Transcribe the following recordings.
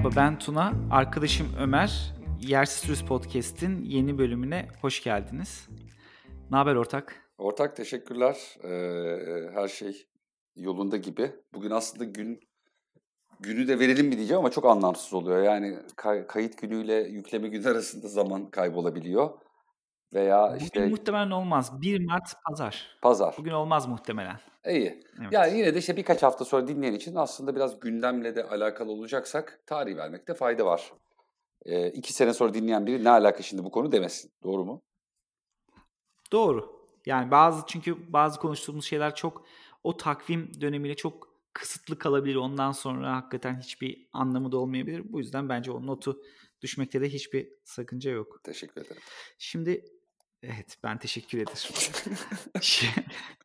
Merhaba, ben Tuna, arkadaşım Ömer. Yersiz Turist Podcast'in yeni bölümüne hoş geldiniz. Ne haber ortak? Ortak teşekkürler. Her şey yolunda gibi. Bugün aslında günü de verelim mi diyeceğim ama çok anlamsız oluyor. Yani kayıt günüyle yükleme günü arasında zaman kaybolabiliyor. Veya Bugün işte muhtemelen olmaz. 1 Mart Pazar. pazar. Bugün olmaz muhtemelen. İyi. Yani Evet. yine de işte birkaç hafta sonra dinleyen için aslında biraz gündemle de alakalı olacaksak tarih vermekte fayda var. 2 sene sonra dinleyen biri ne alaka şimdi bu konu demesin. Doğru mu? Doğru. Yani çünkü bazı konuştuğumuz şeyler çok o takvim dönemiyle çok kısıtlı kalabilir. Ondan sonra hakikaten hiçbir anlamı da olmayabilir. Bu yüzden bence o notu düşmekte de hiçbir sakınca yok. Teşekkür ederim. Şimdi evet, ben teşekkür ederim. Şi-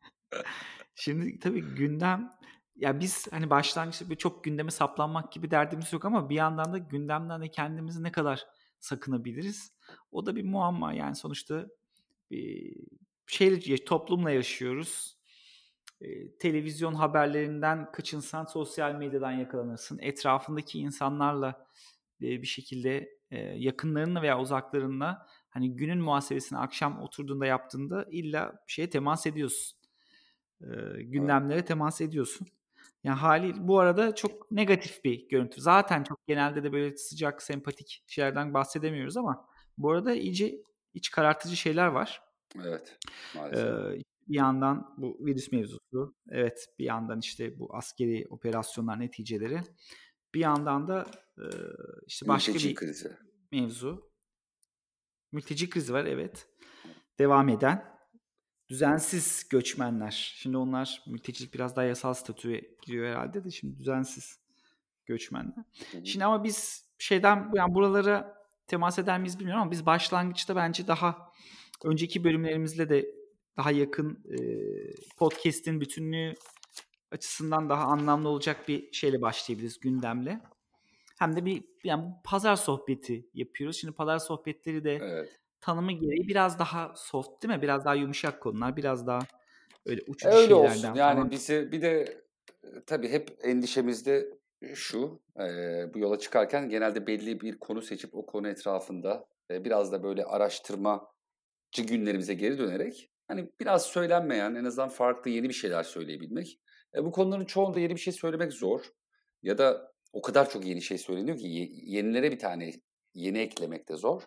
Şimdi tabii gündem, ya biz hani başlangıçta böyle çok gündeme saplanmak gibi derdimiz yok ama bir yandan da gündemden de kendimizi ne kadar sakınabiliriz? O da bir muamma. Yani sonuçta bir toplumla yaşıyoruz. Televizyon haberlerinden kaçınsan sosyal medyadan yakalanırsın. Etrafındaki insanlarla bir şekilde yakınlarınla veya uzaklarınla hani günün muhasebesini akşam oturduğunda yaptığında illa bir şeye temas ediyorsun. Evet. Gündemlere temas ediyorsun. Yani bu arada çok negatif bir görüntü. Zaten çok genelde de böyle sıcak, sempatik şeylerden bahsedemiyoruz ama bu arada iyice iç karartıcı şeyler var. Evet. Maalesef. Bir yandan bu virüs mevzusu, evet, bir yandan işte bu askeri operasyonlar neticeleri, bir yandan da eee, işte başka Mülteci bir krizi. mevzu. Mülteci krizi var, evet. Devam eden. Düzensiz göçmenler. Şimdi onlar mültecilik biraz daha yasal statüye giriyor herhalde de şimdi düzensiz göçmenler. Hı hı. Şimdi ama biz yani buralara temas eder miyiz bilmiyorum ama biz başlangıçta bence daha önceki bölümlerimizle de daha yakın, podcast'in bütünlüğü açısından daha anlamlı olacak bir şeyle başlayabiliriz, gündemle. Hem de yani pazar sohbeti yapıyoruz. Şimdi pazar sohbetleri de Evet. tanımı gereği biraz daha soft değil mi? Biraz daha yumuşak konular, biraz daha öyle uçucu Öyle olsun. şeylerden Yani falan. bizi bir de tabii hep endişemizde şu, bu yola çıkarken genelde belli bir konu seçip o konu etrafında biraz da böyle araştırmacı günlerimize geri dönerek hani biraz söylenmeyen en azından farklı yeni bir şeyler söyleyebilmek. Bu konuların çoğunda yeni bir şey söylemek zor ya da o kadar çok yeni şey söyleniyor ki yenilere bir tane yeni eklemek de zor.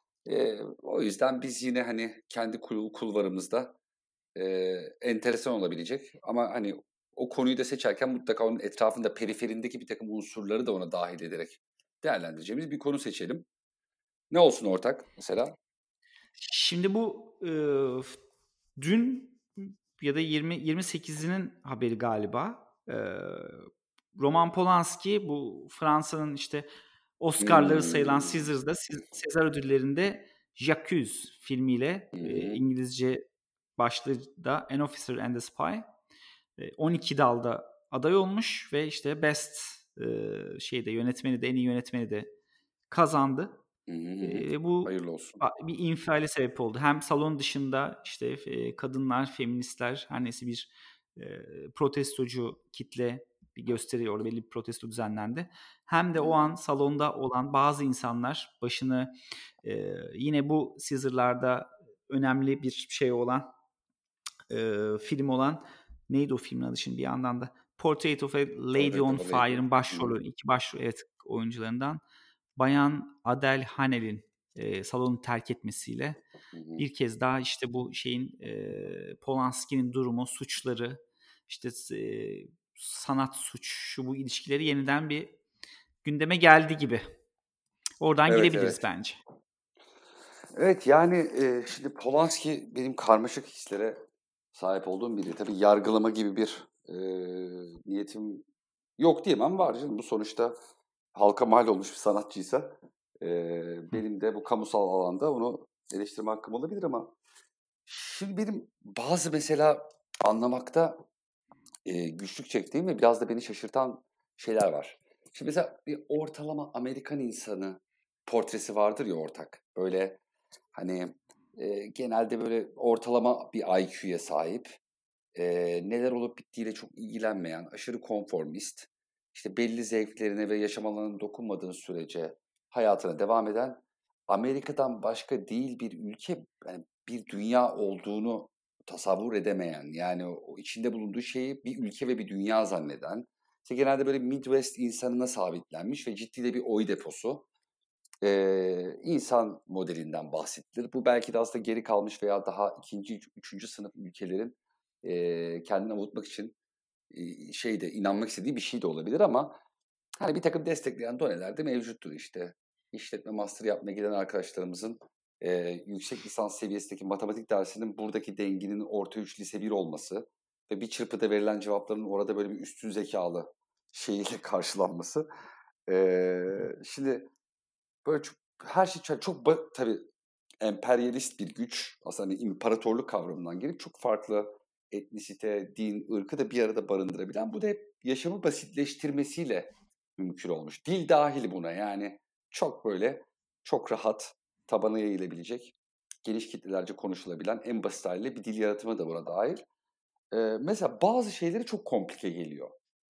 O yüzden biz yine hani kendi kulvarımızda enteresan olabilecek ama hani o konuyu da seçerken mutlaka onun etrafında periferindeki bir takım unsurları da ona dahil ederek değerlendireceğimiz bir konu seçelim. Ne olsun ortak mesela? Şimdi bu dün ya da 28'inin haberi galiba. Roman Polanski bu Fransa'nın işte Oscar'ları sayılan Hmm. Caesars'da Sezar ödüllerinde J'accuse filmiyle, Hı hı. İngilizce başlığı da An Officer and a Spy, 12 dalda aday olmuş ve işte Best yönetmeni de en iyi yönetmeni de kazandı. Hı hı hı hı. Bu Hayırlı olsun. bir infiale sebep oldu. Hem salon dışında işte kadınlar, feministler, her neyse bir protestocu kitle bir gösteri, orada belli bir protesto düzenlendi. Hem de o an salonda olan bazı insanlar başını yine bu Caesar'larda önemli bir şey olan, film olan, neydi o filmin adı şimdi bir yandan da? Portrait of a Lady Portrait on of a Lady. Fire'ın Hı hı. iki başrol, evet, oyuncularından Bayan Adele Hanel'in salonu terk etmesiyle Hı hı. bir kez daha işte bu Polanski'nin durumu, suçları, işte sanat suç, şu bu ilişkileri yeniden bir gündeme geldi gibi. Oradan Evet, girebiliriz evet. bence. Evet yani şimdi Polanski benim karmaşık hislere sahip olduğum biri. Tabii yargılama gibi bir niyetim yok diyemem, var canım. Bu sonuçta halka mal olmuş bir sanatçıysa benim de bu kamusal alanda onu eleştirme hakkım olabilir ama şimdi benim bazı mesela anlamakta güçlük çektiğim ve biraz da beni şaşırtan şeyler var. Şimdi mesela bir ortalama Amerikan insanı portresi vardır ya ortak. Böyle hani genelde böyle ortalama bir IQ'ya sahip, neler olup bittiğiyle çok ilgilenmeyen, aşırı konformist, işte belli zevklerine ve yaşam alanına dokunmadığın sürece hayatına devam eden, Amerika'dan başka değil bir ülke, yani bir dünya olduğunu tasavvur edemeyen, yani o içinde bulunduğu şeyi bir ülke ve bir dünya zanneden, işte genelde böyle Midwest insanına sabitlenmiş ve ciddi de bir oy deposu insan modelinden bahsedilir. Bu belki de aslında geri kalmış veya daha ikinci, üçüncü sınıf ülkelerin kendini avutmak için inanmak istediği bir şey de olabilir ama hani bir takım destekleyen doneler de mevcuttur işte. İşletme master yapmaya giden arkadaşlarımızın yüksek lisans seviyesindeki matematik dersinin buradaki dengenin orta 3 lise 1 olması ve bir çırpıda verilen cevapların orada böyle bir üstün zekalı şeyiyle karşılanması. Şimdi böyle her şey tabii emperyalist bir güç, aslında hani imparatorluk kavramından gelip çok farklı etnisite, din, ırkı da bir arada barındırabilen, bu da hep yaşamı basitleştirmesiyle mümkün olmuş. Dil dahil buna, yani çok böyle çok rahat tabana yayılabilecek, geniş kitlelerce konuşulabilen en basit haliyle bir dil yaratımı da buna dahil. Mesela bazı şeyleri çok komplike geliyor.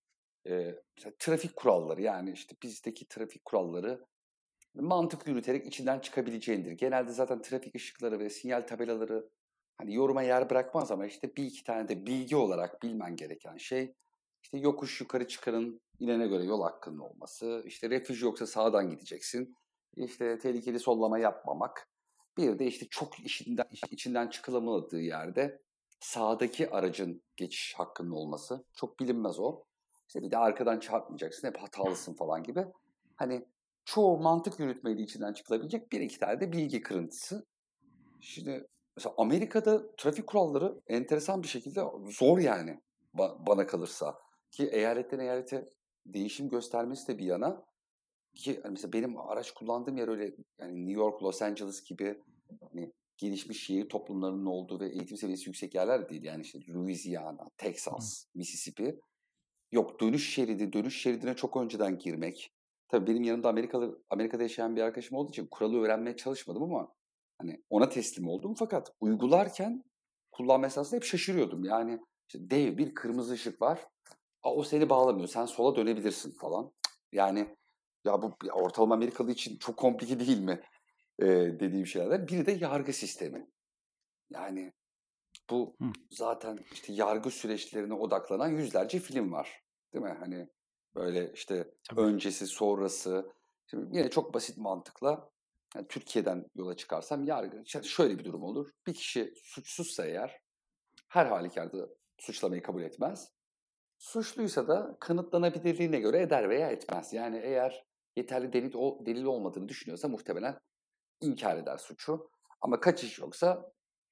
Mesela trafik kuralları, yani işte bizdeki trafik kuralları mantık yürüterek içinden çıkabileceğindir. Genelde zaten trafik ışıkları ve sinyal tabelaları hani yoruma yer bırakmaz ama işte bir iki tane de bilgi olarak bilmen gereken şey, işte yokuş yukarı çıkarın, inene göre yol hakkının olması, işte refüj yoksa sağdan gideceksin, işte tehlikeli sollama yapmamak. Bir de işte çok içinden çıkılamadığı yerde sağdaki aracın geçiş hakkının olması. Çok bilinmez o. İşte bir de arkadan çarpmayacaksın, hep hatalısın falan gibi. Hani çoğu mantık yürütmeyle içinden çıkılabilecek bir iki tane de bilgi kırıntısı. Şimdi mesela Amerika'da trafik kuralları enteresan bir şekilde zor, yani bana kalırsa. Ki eyaletten eyalete değişim göstermesi de bir yana, ki hani mesela benim araç kullandığım yer öyle, yani New York, Los Angeles gibi hani gelişmiş şehir toplumlarının olduğu ve eğitim seviyesi yüksek yerler değil. Yani işte Louisiana, Texas, Mississippi. Yok, dönüş şeridine çok önceden girmek. Tabii benim yanımda Amerika'da yaşayan bir arkadaşım olduğu için kuralı öğrenmeye çalışmadım ama hani ona teslim oldum. Fakat uygularken kullanma esnasında hep şaşırıyordum. Yani işte dev bir kırmızı ışık var. O seni bağlamıyor. Sen sola dönebilirsin falan. Yani ya bu ortalama Amerikalı için çok komplike değil mi? Dediğim şeylerden. Bir de yargı sistemi. Yani bu Hı. zaten işte yargı süreçlerine odaklanan yüzlerce film var. Değil mi? Hani böyle işte Tabii. öncesi, sonrası. Şimdi yine çok basit mantıkla, yani Türkiye'den yola çıkarsam yargı şöyle bir durum olur. Bir kişi suçsuzsa eğer her halükarda suçlamayı kabul etmez. Suçluysa da kanıtlanabilirliğine göre eder veya etmez. Yani eğer yeterli delil olmadığını düşünüyorsa muhtemelen inkar eder suçu. Ama kaçış yoksa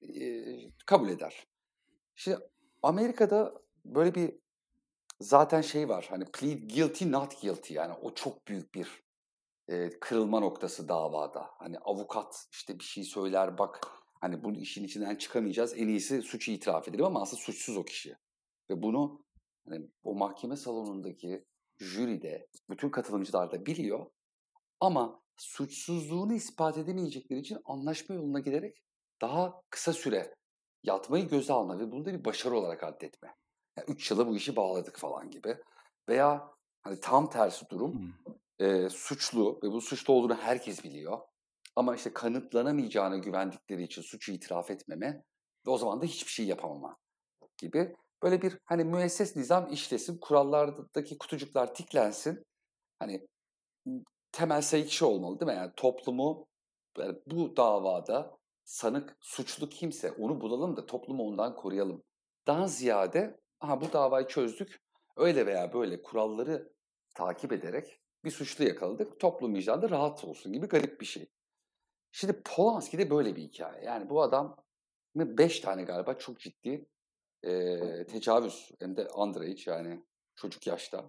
kabul eder. Şimdi Amerika'da böyle bir zaten şey var, hani plead guilty not guilty, yani o çok büyük bir kırılma noktası davada. Hani avukat işte bir şey söyler, bak hani bu işin içinden çıkamayacağız, en iyisi suçu itiraf edelim, ama aslında suçsuz o kişi. Ve bunu hani o mahkeme salonundaki jüride bütün katılımcılar da biliyor ama suçsuzluğunu ispat edemeyecekleri için anlaşma yoluna giderek daha kısa süre yatmayı göze alma ve bunu da bir başarı olarak addetme. Yani 3 yıla bu işi bağladık falan gibi. Veya hani tam tersi durum, suçlu ve bu suçlu olduğunu herkes biliyor. Ama işte kanıtlanamayacağına güvendikleri için suçu itiraf etmeme ve o zaman da hiçbir şey yapamama gibi. Böyle bir hani müesses nizam işlesin, kurallardaki kutucuklar tiklensin. Hani temel sayı kişi olmalı değil mi? Yani toplumu, yani bu davada sanık, suçlu kimse onu bulalım da toplumu ondan koruyalım. Daha ziyade aha bu davayı çözdük, öyle veya böyle kuralları takip ederek bir suçlu yakaladık, toplum vicdanı rahat olsun gibi garip bir şey. Şimdi Polanski de böyle bir hikaye. Yani bu adam 5 tane galiba çok ciddi tecavüz, hem de underage, yani çocuk yaşta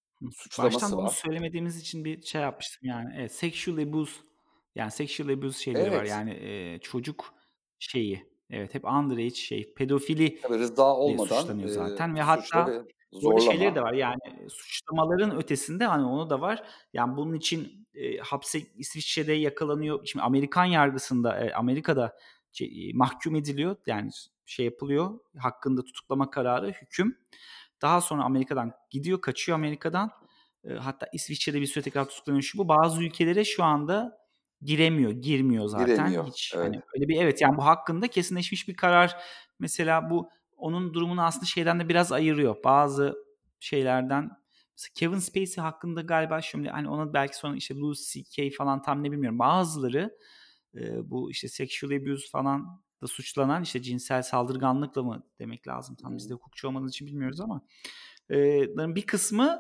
Baştan suçlaması bunu var. söylemediğimiz için bir şey yapmıştım yani. Evet, sexual abuse, yani sexual abuse şeyleri var. Evet, Yani, çocuk şeyi, evet, hep underage şey, pedofili tabii rıza ile olmadan suçlanıyor zaten ve suçla hatta ve böyle şeyleri de zorlama. var. Yani, suçlamaların ötesinde, hani, onu da var. Yani, bunun için, hapse İsviçre'de yakalanıyor. Şimdi Amerikan yargısında, Amerika'da mahkum ediliyor. Yani, şey yapılıyor, hakkında tutuklama kararı, hüküm. Daha sonra Amerika'dan gidiyor, kaçıyor Amerika'dan. hatta İsviçre'de bir süre tekrar tutuklanıyor şu bu. Bazı ülkelere şu anda girmiyor zaten Giremiyor. hiç. Hani Evet. öyle bir evet yani bu hakkında kesinleşmiş bir karar. Mesela bu onun durumunu aslında şeyden de biraz ayırıyor. Bazı şeylerden mesela Kevin Spacey hakkında galiba şimdi hani ona belki sonra işte Louis C.K. falan tam ne bilmiyorum. Bazıları bu işte sexual abuse falan da suçlanan işte cinsel saldırganlıkla mı demek lazım tam biz de hukukçu olmadığımız için bilmiyoruz ama bir kısmı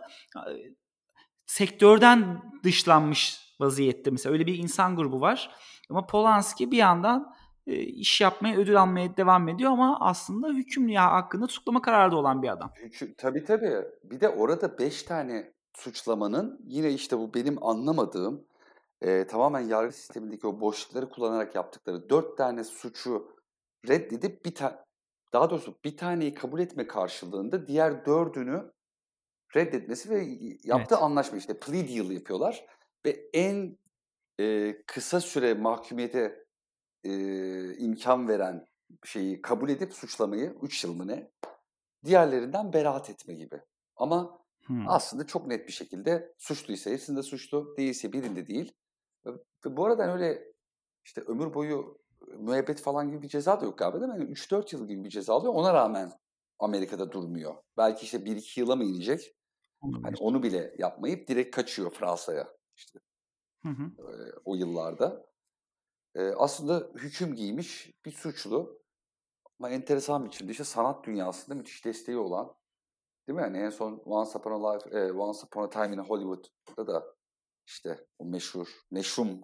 sektörden dışlanmış vaziyette mesela öyle bir insan grubu var ama Polanski bir yandan iş yapmaya ödül almaya devam ediyor ama aslında hükümlü hakkında tutuklama kararı da olan bir adam. Tabii tabii. Bir de orada 5 tane suçlamanın yine işte bu benim anlamadığım tamamen yargı sistemindeki o boşlukları kullanarak yaptıkları 4 tane suçu reddedip daha doğrusu bir taneyi kabul etme karşılığında diğer 4'ünü reddetmesi ve yaptığı Evet. anlaşma işte plea deal yapıyorlar ve en kısa süre mahkumiyete imkan veren şeyi kabul edip suçlamayı 3 yıl mı ne diğerlerinden beraat etme gibi. Ama aslında çok net bir şekilde suçluysa hepsinde suçlu, değilse birinde değil. Ve bu arada öyle işte ömür boyu müebbet falan gibi bir ceza da yok galiba değil mi? Yani 3-4 yıl gibi bir ceza alıyor. Ona rağmen Amerika'da durmuyor. Belki işte 1-2 yıla mı inecek? Hani Olabilir. onu bile yapmayıp direkt kaçıyor Fransa'ya işte Hı hı. o yıllarda. Aslında hüküm giymiş bir suçlu ama enteresan biçimde işte sanat dünyasında müthiş desteği olan, değil mi? Yani en son Once Upon a Time in Hollywood'da da işte o meşhum,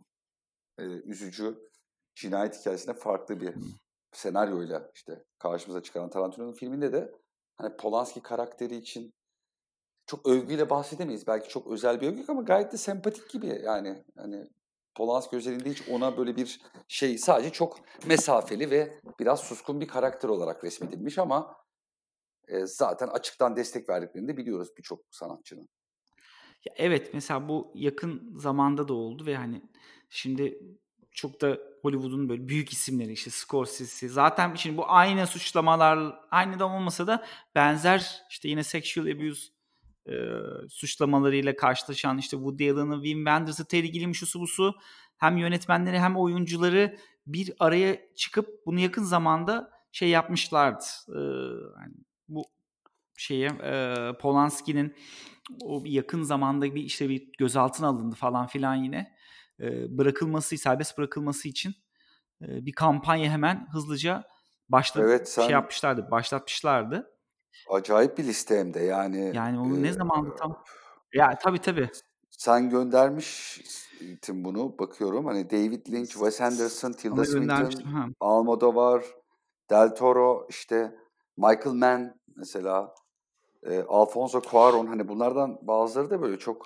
üzücü cinayet hikayesine farklı bir senaryoyla işte karşımıza çıkan Tarantino'nun filminde de hani Polanski karakteri için çok övgüyle bahsedemeyiz. Belki çok özel bir övgü yok ama gayet de sempatik gibi yani. Hani Polanski özelinde hiç ona böyle bir şey sadece çok mesafeli ve biraz suskun bir karakter olarak resmedilmiş ama zaten açıktan destek verdiklerini de biliyoruz birçok sanatçının. Ya evet mesela bu yakın zamanda da oldu ve hani şimdi çok da Hollywood'un böyle büyük isimleri işte Scorsese zaten şimdi bu aynı suçlamalar aynı da olmasa da benzer işte yine sexual abuse suçlamalarıyla karşılaşan işte Woody Allen'ı, Wim Wenders'ı, Terry Gilliam'ı şusu busu hem yönetmenleri hem oyuncuları bir araya çıkıp bunu yakın zamanda şey yapmışlardı. Hani bu şeye Polanski'nin o bir yakın zamanda bir işte bir gözaltına alındı falan filan yine. Bırakılması, serbest bırakılması için bir kampanya hemen hızlıca Evet sen başlatmışlardı. acayip bir liste hem de yani Yani onu ne zamandı tam? Ya tabii. sen göndermiştin bunu bakıyorum. Hani David Lynch, Wes Anderson, Tilda Sana göndermiştim. Swinton, Ha. Almodovar, Del Toro, işte Michael Mann mesela, Alfonso Cuarón hani bunlardan bazıları da böyle çok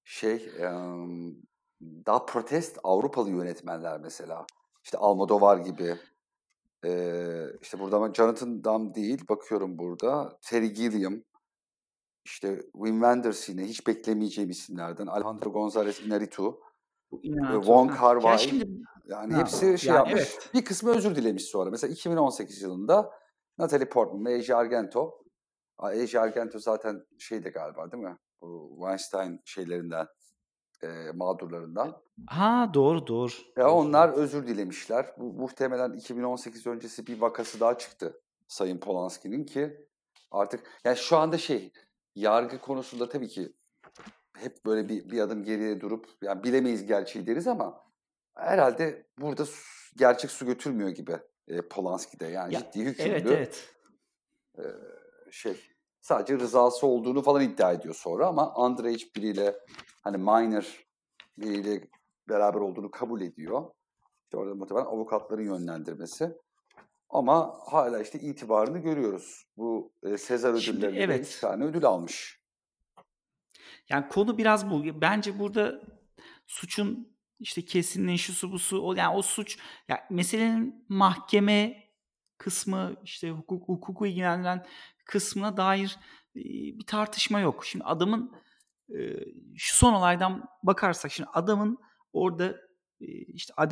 daha protest Avrupalı yönetmenler mesela. İşte Almodovar gibi. İşte burada ama Jonathan Demme değil bakıyorum burada. Terry Gilliam, işte Wim Wenders yine hiç beklemeyeceğim isimlerden. Alejandro González Iñárritu, Bu Inato. Wong Ha. Ya Kar-wai. şimdi Yani ha. hepsi şey Yani yapmış. evet. Bir kısmı özür dilemiş sonra. Mesela 2018 yılında Natalie Portman ve Asia Argento. Asia Argento zaten şeydi galiba değil mi? Bu Weinstein şeylerinden, mağdurlarından. Ha doğru. Onlar Evet. özür dilemişler. Bu muhtemelen 2018 öncesi bir vakası daha çıktı Sayın Polanski'nin ki artık yani şu anda yargı konusunda tabii ki hep böyle bir adım geriye durup yani bilemeyiz gerçeği deriz ama herhalde burada gerçek su götürmüyor gibi Polanski'de. Yani Ya ciddi hükümlü evet. e, şey sadece rızası olduğunu falan iddia ediyor sonra ama underage biriyle hani minor biriyle beraber olduğunu kabul ediyor. İşte orada muhtemelen avukatların yönlendirmesi. Ama hala işte itibarını görüyoruz. Bu Sezar Şimdi ödüllerinde de 2 evet. tane ödül almış. Yani konu biraz bu. Bence burada suçun işte kesinleşi busu yani o suç ya meselenin mahkeme kısmı işte hukuku ilgilendiren kısmına dair bir tartışma yok. Şimdi adamın şu son olaydan bakarsak şimdi adamın orada işte Adele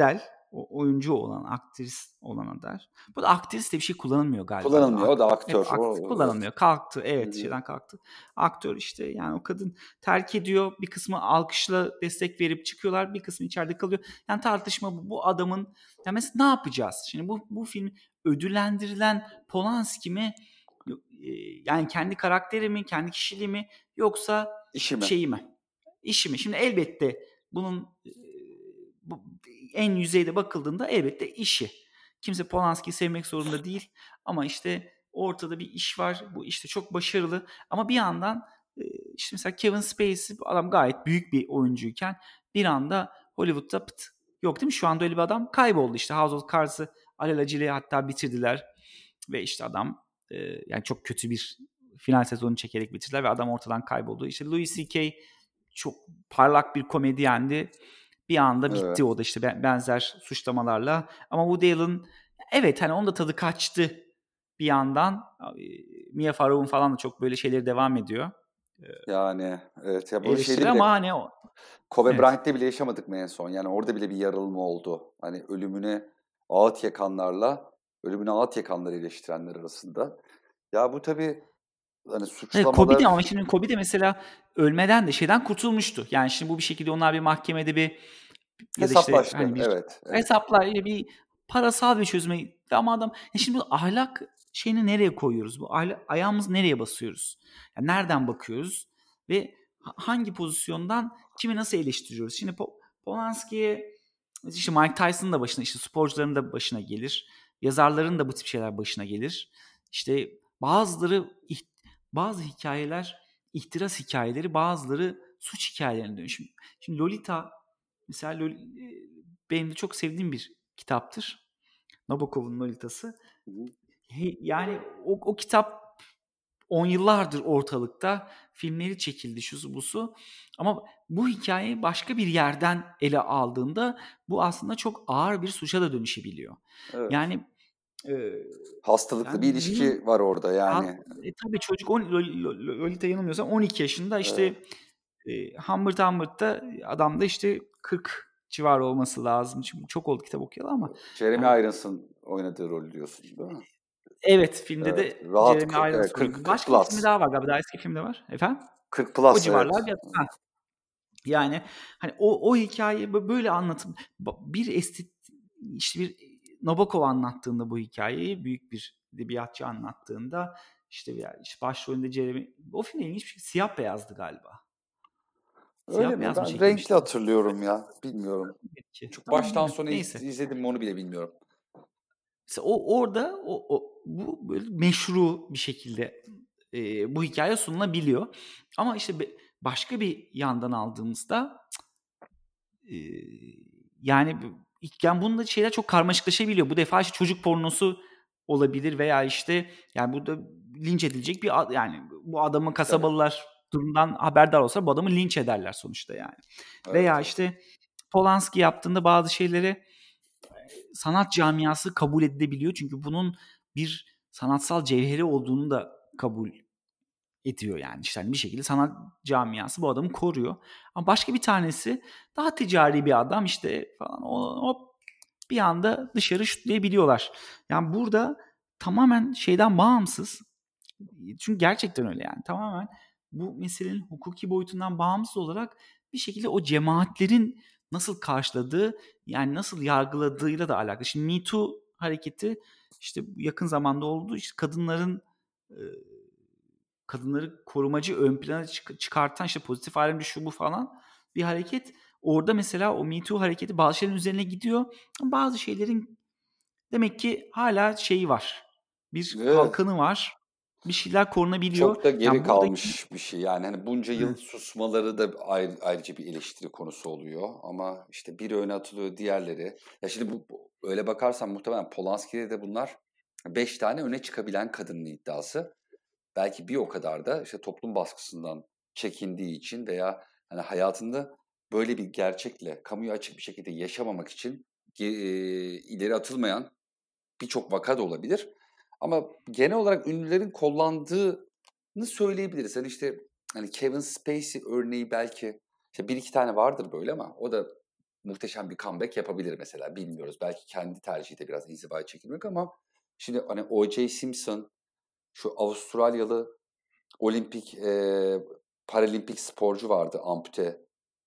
oyuncu olan, aktris olana der. Bu da aktris de bir şey kullanılmıyor galiba, değil mi? Kullanılmıyor. O da Hep aktör. Evet. kullanılmıyor. Kalktı. Hı Evet, hı. şeyden kalktı. Aktör işte, yani o kadın terk ediyor. Bir kısmı alkışla destek verip çıkıyorlar. Bir kısmı içeride kalıyor. Yani tartışma bu. Bu adamın, yani mesela ne yapacağız? Şimdi bu film ödüllendirilen Polanski mi? Yani kendi karakteri mi, kendi kişiliği mi, yoksa İşi mi? şeyi mi? İşi mi? Şimdi elbette bunun bu, en yüzeyde bakıldığında elbette işi. Kimse Polanski'yi sevmek zorunda değil, ama işte ortada bir iş var. Bu işte çok başarılı, ama bir yandan işte mesela Kevin Spacey, adam gayet büyük bir oyuncuyken bir anda Hollywood'da yok, değil mi? Şu anda öyle bir adam kayboldu. İşte House of Cards'ı alelacele hatta bitirdiler ve işte adam yani çok kötü bir final sezonu çekerek bitirdiler ve adam ortadan kayboldu. İşte Louis C.K. çok parlak bir komedyendi. Bir anda gitti, Evet. o da işte benzer suçlamalarla. Ama Woody Allen, evet, hani onun da tadı kaçtı bir yandan. Mia Farrow'un falan da çok böyle şeyleri devam ediyor. Yani evet. Ya bunu şeyde Eleştiri, bile ama hani o, Kobe evet. Bryant'te bile yaşamadık mı en son? Yani orada bile bir yarılma oldu. Hani ölümüne ağıt yakanlarla ölümüne ağıt yakanları eleştirenler arasında. Ya bu tabii hani Evet, Kobe de, ama suçlamalar şimdi Kobe de mesela ölmeden de şeyden kurtulmuştu. Yani şimdi bu bir şekilde onlar bir mahkemede bir, ya da işte hesaplaştı. hani bir Evet, evet. hesaplar, bir parasal bir çözüme gitti, ama adam, şimdi bu ahlak şeyini nereye koyuyoruz? Bu ayağımız nereye basıyoruz? Yani nereden bakıyoruz ve hangi pozisyondan kimi nasıl eleştiriyoruz? Şimdi Polanski'ye, işte Mike Tyson'ın da başına, işte sporcuların da başına gelir. Yazarların da bu tip şeyler başına gelir. İşte bazı hikayeler ihtiras hikayeleri, bazıları suç hikayelerine dönüşüyor. Şimdi Lolita mesela, benim de çok sevdiğim bir kitaptır. Nabokov'un Lolita'sı. Hı hı. Yani o kitap 10 yıllardır ortalıkta. Filmleri çekildi, şusu busu. Ama bu hikayeyi başka bir yerden ele aldığında bu aslında çok ağır bir suça da dönüşebiliyor. Evet. Yani e, Hastalıklı bir yani bunun ilişki var orada yani. tabii çocuk Lolita yanılmıyorsam 12 yaşında, Evet. işte Humbert adam da işte 40 civarı olması lazım. Çünkü çok oldu kitap okuyalı, ama Jeremy yani Irons'ın oynadığı rol diyorsun, değil mi? evet, filmde Evet. de Rahat Jeremy 40, Irons evet, 40, oynadı. 40 Başka bir filmi plus. daha var galiba. Daha eski film de var. Efendim? 40 O plus civarlar evet. bir, yani hani o hikayeyi böyle anlatım, bir işte bir Nabokov anlattığında, bu hikayeyi büyük bir edebiyatçı anlattığında, işte işte başrolünde Jeremy, o film ilginç bir şey, siyah beyazdı galiba. Öyle Siyah mi? beyaz mı Ben renkli çekilmişti? hatırlıyorum ya. Bilmiyorum. Peki. Çok Tamam, baştan bilmiyorum. sona Neyse. izledim mi onu bile bilmiyorum. Mesela orada bu böyle meşru bir şekilde bu hikaye sunulabiliyor. Ama işte başka bir yandan aldığımızda yani yani bunda şeyler çok karmaşıklaşabiliyor. Bu defa işte çocuk pornosu olabilir, veya işte yani burada linç edilecek yani bu adamın, Tabii. kasabalılar durumdan haberdar olsa bu adamı linç ederler sonuçta yani. Evet, Veya evet. işte Polanski yaptığında bazı şeyleri sanat camiası kabul edilebiliyor. Çünkü bunun bir sanatsal cevheri olduğunu da kabul ediyor yani. İşte hani bir şekilde sanat camiası bu adamı koruyor. Ama başka bir tanesi daha ticari bir adam işte falan, hop bir anda dışarı şutlayabiliyorlar. Yani burada tamamen şeyden bağımsız. Çünkü gerçekten öyle yani. Tamamen bu meselenin hukuki boyutundan bağımsız olarak bir şekilde o cemaatlerin nasıl karşıladığı, yani nasıl yargıladığıyla da alakalı. Şimdi Me Too hareketi işte yakın zamanda oldu. İşte kadınları korumacı ön plana çıkartan, işte pozitif ayrımcı şu bu falan bir hareket. Orada mesela o Me Too hareketi bazı şeylerin üzerine gidiyor. Bazı şeylerin demek ki hala şeyi var. Bir Evet. kalkanı var. Bir şeyler Çok korunabiliyor. da geri Yani buradaki, kalmış bir şey. Yani hani bunca yıl evet, susmaları da ayrıca bir eleştiri konusu oluyor. Ama işte biri öne atılıyor, diğerleri. Ya şimdi öyle bakarsan muhtemelen Polanski'de de bunlar 5 tane öne çıkabilen kadının iddiası. Belki bir o kadar da işte toplum baskısından çekindiği için veya hani hayatında böyle bir gerçekle kamuya açık bir şekilde yaşamamak için ileri atılmayan birçok vaka da olabilir. Ama genel olarak ünlülerin kullandığını söyleyebiliriz. Hani işte hani Kevin Spacey örneği belki işte bir iki tane vardır böyle ama o da muhteşem bir comeback yapabilir mesela. Bilmiyoruz. Belki kendi tercihi de biraz inzivaya çekilmek ama şimdi hani O.J. Simpson, şu Avustralyalı olimpik, paralimpik sporcu vardı, ampute.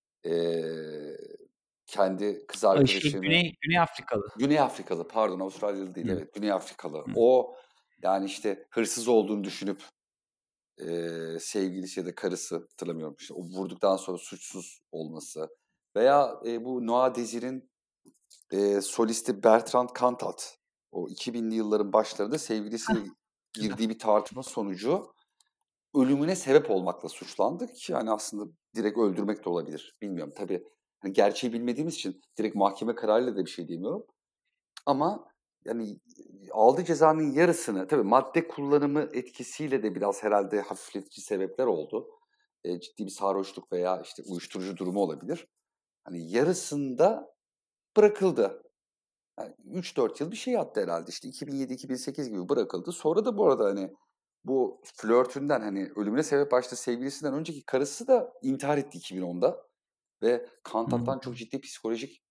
Kendi kız arkadaşını Güney Afrikalı. Güney Afrikalı, pardon, Avustralyalı değil, Hı. evet, Güney Afrikalı. Hı. O yani işte hırsız olduğunu düşünüp sevgilisi ya da karısı, hatırlamıyorum, işte o vurduktan sonra suçsuz olması veya bu Noah Désir'in solisti Bertrand Cantat, o 2000'li yılların başlarında sevgilisiyle girdiği bir tartışma sonucu ölümüne sebep olmakla suçlandı ki yani aslında direkt öldürmek de olabilir. Bilmiyorum tabii. Hani gerçeği bilmediğimiz için direkt mahkeme kararıyla da bir şey diyemiyorum. Ama yani aldığı cezanın yarısını, tabii madde kullanımı etkisiyle de biraz herhalde hafifletici sebepler oldu. Ciddi bir sarhoşluk veya işte uyuşturucu durumu olabilir. Hani yarısında bırakıldı. Yani 3-4 yıl bir şey yattı herhalde. İşte 2007-2008 gibi bırakıldı. Sonra da bu arada hani bu flörtünden, hani ölümüne sebep açtığı sevgilisinden önceki karısı da intihar etti 2010'da. Ve Kantat'tan çok ciddi psikolojik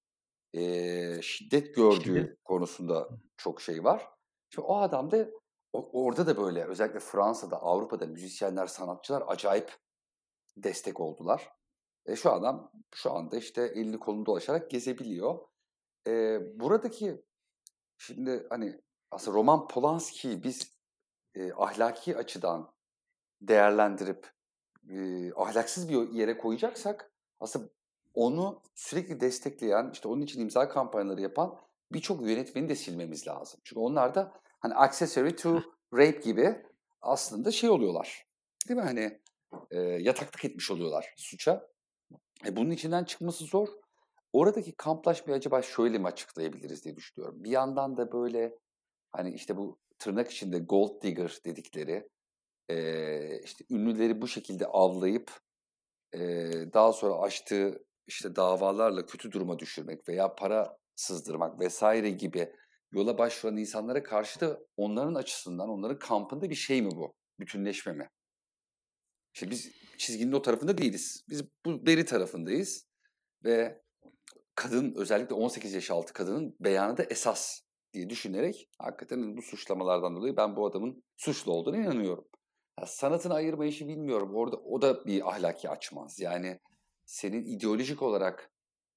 şiddet Şiddet. gördüğü konusunda çok şey var. Şimdi o adam da orada da böyle, özellikle Fransa'da, Avrupa'da müzisyenler, sanatçılar acayip destek oldular. Şu adam şu anda işte elini kolunu dolaşarak gezebiliyor. Buradaki şimdi hani aslında Roman Polanski'yi biz ahlaki açıdan değerlendirip ahlaksız bir yere koyacaksak, aslında onu sürekli destekleyen, işte onun için imza kampanyaları yapan birçok yönetmeni de silmemiz lazım. Çünkü onlar da hani accessory to rape gibi aslında şey oluyorlar. Değil mi? Hani yataklık etmiş oluyorlar suça. Bunun içinden çıkması zor. Oradaki kamplaşmayı acaba şöyle mi açıklayabiliriz diye düşünüyorum. Bir yandan da böyle hani işte bu tırnak içinde gold digger dedikleri, işte ünlüleri bu şekilde avlayıp daha sonra açtığı işte davalarla kötü duruma düşürmek veya para sızdırmak vesaire gibi yola başvuran insanlara karşı da onların açısından, onların kampında bir şey mi bu? Bütünleşme mi? İşte biz çizginin o tarafında değiliz. Biz bu beri tarafındayız ve kadın, özellikle 18 yaş altı kadının beyanı da esas diye düşünerek hakikaten bu suçlamalardan dolayı ben bu adamın suçlu olduğuna inanıyorum. Ya sanatını ayırma işi bilmiyorum. Orada o da bir ahlaki açmaz. Yani senin ideolojik olarak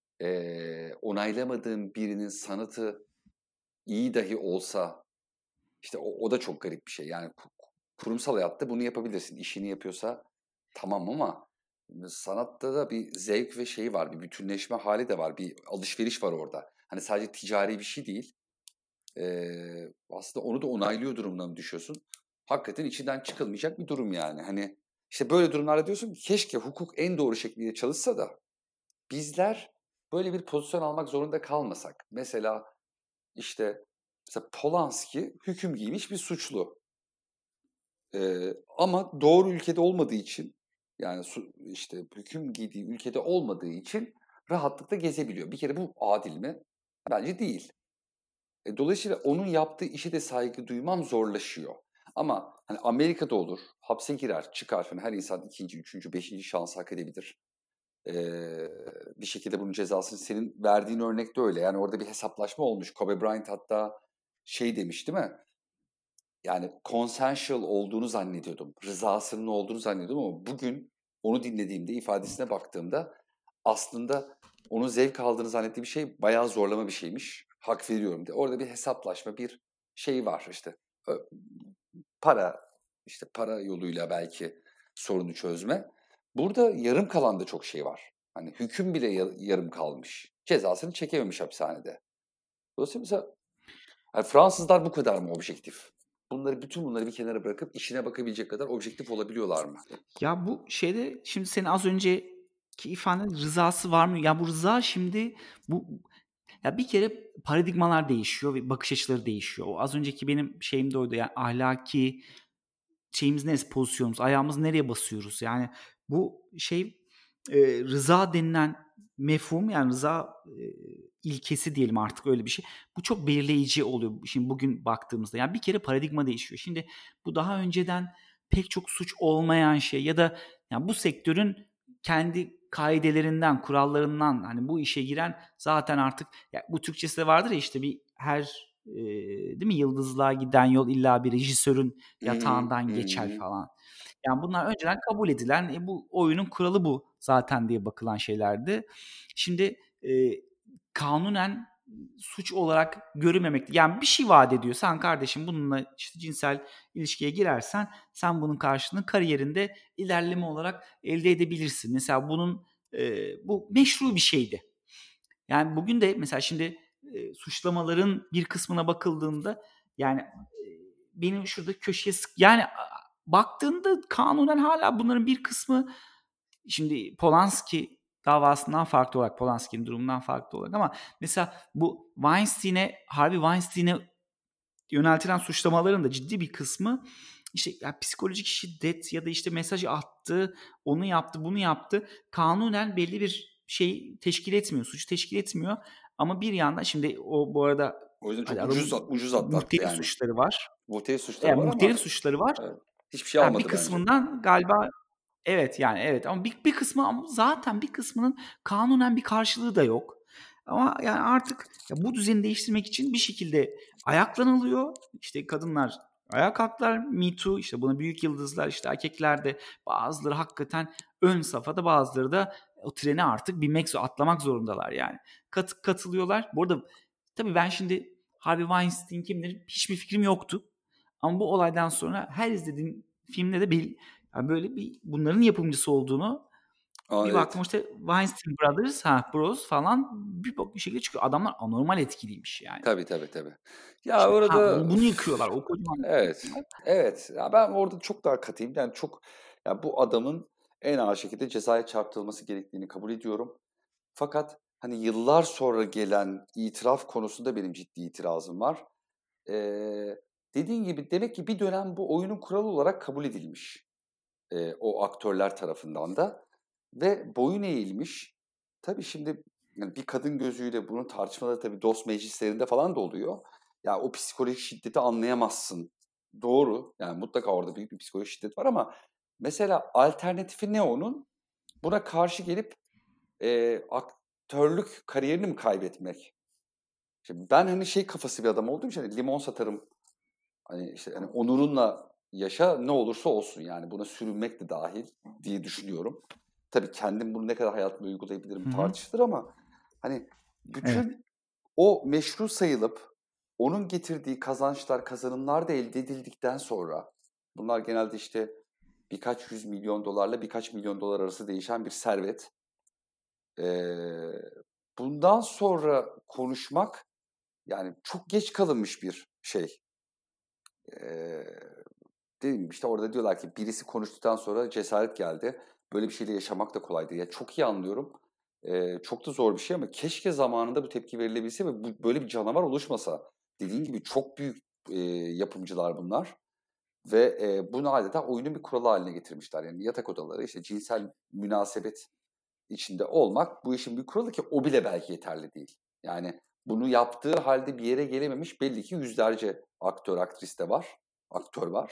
onaylamadığın birinin sanatı iyi dahi olsa, işte o da çok garip bir şey. Yani kurumsal hayatta bunu yapabilirsin. İşini yapıyorsa tamam ama sanatta da bir zevk ve şey var. Bir bütünleşme hali de var. Bir alışveriş var orada. Hani sadece ticari bir şey değil. Aslında onu da onaylıyor durumuna mı düşüyorsun? Hakikaten içinden çıkılmayacak bir durum yani. Hani işte böyle durumlarda diyorsun ki keşke hukuk en doğru şekilde çalışsa da bizler böyle bir pozisyon almak zorunda kalmasak. Mesela Polanski hüküm giymiş bir suçlu. Ama doğru ülkede olmadığı için, yani işte hüküm giydiği ülkede olmadığı için rahatlıkla gezebiliyor. Bir kere bu adil mi? Bence değil. Dolayısıyla onun yaptığı işe de saygı duymam zorlaşıyor. Ama hani Amerika'da olur, hapse girer, çıkar. Yani her insan ikinci, üçüncü, beşinci şans hak edebilir. Bir şekilde bunun cezasını, senin verdiğin örnekte öyle. Yani orada bir hesaplaşma olmuş. Kobe Bryant hatta şey demiş değil mi? Yani consensual olduğunu zannediyordum. Rızasının olduğunu zannediyordum ama bugün onu dinlediğimde, ifadesine baktığımda aslında onun zevk aldığını zannettiği bir şey bayağı zorlama bir şeymiş. Hak veriyorum diye. Orada bir hesaplaşma, bir şey var işte. Para, işte para yoluyla belki sorunu çözme. Burada yarım kalan da çok şey var. Hani hüküm bile yarım kalmış. Cezasını çekememiş hapishanede. Dolayısıyla mesela yani Fransızlar bu kadar mı objektif? Bütün bunları bir kenara bırakıp işine bakabilecek kadar objektif olabiliyorlar mı? Ya bu şeyde şimdi senin az önceki ifadenin rızası var mı? Ya bu rıza şimdi ya bir kere paradigmalar değişiyor ve bakış açıları değişiyor. O az önceki benim şeyim de oydu. Yani ahlaki şeyimiz neresi, pozisyonumuz, ayağımızı nereye basıyoruz? Yani bu şey rıza denilen mefhum, yani rıza ilkesi diyelim artık, öyle bir şey. Bu çok belirleyici oluyor şimdi bugün baktığımızda. Yani bir kere paradigma değişiyor. Şimdi bu daha önceden pek çok suç olmayan şey ya da yani bu sektörün kendi kaidelerinden, kurallarından, hani bu işe giren zaten artık, ya bu Türkçesi de vardır ya, işte bir her değil mi, yıldızlığa giden yol illa bir rejisörün Hı hı. yatağından Hı geçer hı. falan. Yani bunlar önceden kabul edilen, bu oyunun kuralı bu zaten diye bakılan şeylerdi. Şimdi kanunen suç olarak görülmemekte. Yani bir şey vaat ediyor. Sen kardeşim bununla işte cinsel ilişkiye girersen sen bunun karşılığını kariyerinde ilerleme olarak elde edebilirsin. Mesela bunun bu meşru bir şeydi. Yani bugün de mesela şimdi suçlamaların bir kısmına bakıldığında, yani benim şurada köşeye yani baktığında kanunen hala bunların bir kısmı, şimdi Polanski davasından farklı olarak, Polanski'nin durumundan farklı olarak, ama mesela bu Harvey Weinstein'e yöneltilen suçlamaların da ciddi bir kısmı işte ya psikolojik şiddet ya da işte mesaj attı, onu yaptı, bunu yaptı. Kanunen belli bir şey teşkil etmiyor, suç teşkil etmiyor. Ama bir yandan şimdi o bu arada, O yüzden hadi çok adamın ucuz atlattı muhtelif yani. suçları var. Muhtelif suçları Yani var muhtelif ama suçları var. evet, hiçbir şey Yani bir almadı bence. kısmından galiba, evet yani evet, ama bir kısmı, ama zaten bir kısmının kanunen bir karşılığı da yok. Ama yani artık ya bu düzeni değiştirmek için bir şekilde ayaklanılıyor. İşte kadınlar ayağa kalktılar. Me Too, işte buna büyük yıldızlar, işte erkekler de, bazıları hakikaten ön safhada, bazıları da o treni artık binmek, atlamak zorundalar yani. Katılıyorlar. Bu arada tabii ben şimdi Harvey Weinstein kimdir hiçbir fikrim yoktu. Ama bu olaydan sonra her izlediğim filmde de yani böyle bir bunların yapımcısı olduğunu, Aa, bir evet. baktım işte Weinstein Bros falan, bir şekilde çıkıyor. Adamlar anormal etkiliymiş yani. Tabii, tabii, tabii. Ya Şimdi orada bunu yıkıyorlar. O kocaman bunu evet. yıkıyorlar. Evet. Ya ben orada çok daha katıyım. Yani çok, ya bu adamın en ağır şekilde cezaya çarptırılması gerektiğini kabul ediyorum. Fakat hani yıllar sonra gelen itiraf konusunda benim ciddi itirazım var. Dediğin gibi demek ki bir dönem bu oyunun kuralı olarak kabul edilmiş. O aktörler tarafından da ve boyun eğilmiş. Tabii şimdi yani bir kadın gözüyle bunun tartışmaları tabii dost meclislerinde falan da oluyor. Ya o psikolojik şiddeti anlayamazsın. Doğru. Yani mutlaka orada büyük bir psikolojik şiddet var ama mesela alternatifi ne onun? Buna karşı gelip aktörlük kariyerini mi kaybetmek? Şimdi ben hani şey kafası bir adam olduğum için hani limon satarım. Hani işte hani onurunla yaşa ne olursa olsun yani buna sürünmek de dahil diye düşünüyorum. Tabii kendim bunu ne kadar hayatımda uygulayabilirim Hı hı. tartışılır ama hani Evet. bütün o meşru sayılıp onun getirdiği kazançlar, kazanımlar da elde edildikten sonra bunlar genelde işte birkaç 100 milyon dolarla birkaç milyon dolar arası değişen bir servet. Ee, Bundan sonra konuşmak yani çok geç kalınmış bir şey. Ee, Değil mi? İşte orada diyorlar ki birisi konuştuktan sonra cesaret geldi. Böyle bir şeyle yaşamak da kolay değil. Ya çok iyi anlıyorum. Çok da zor bir şey ama keşke zamanında bu tepki verilebilse ve böyle bir canavar oluşmasa. Dediğin gibi çok büyük yapımcılar bunlar. Ve bunu adeta oyunun bir kuralı haline getirmişler. Yani yatak odaları, işte cinsel münasebet içinde olmak bu işin bir kuralı ki o bile belki yeterli değil. Yani bunu yaptığı halde bir yere gelememiş belli ki yüzlerce aktör, aktris de var. Aktör var.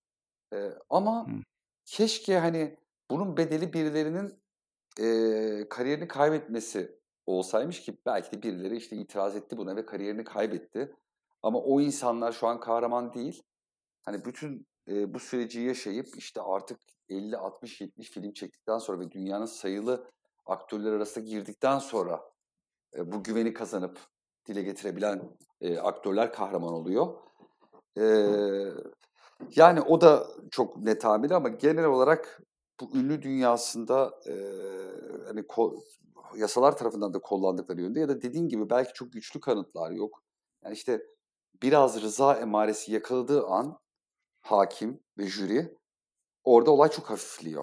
Ama Hı. keşke hani bunun bedeli birilerinin kariyerini kaybetmesi olsaymış ki belki de birileri işte itiraz etti buna ve kariyerini kaybetti. Ama o insanlar şu an kahraman değil. Hani bütün bu süreci yaşayıp işte artık 50, 60, 70 film çektikten sonra ve dünyanın sayılı aktörler arasında girdikten sonra bu güveni kazanıp dile getirebilen aktörler kahraman oluyor. E, Yani o da çok netameli ama genel olarak bu ünlü dünyasında hani yasalar tarafından da kullandıkları yönde ya da dediğin gibi belki çok güçlü kanıtlar yok. Yani işte biraz rıza emaresi yakaladığı an hakim ve jüri orada olay çok hafifliyor.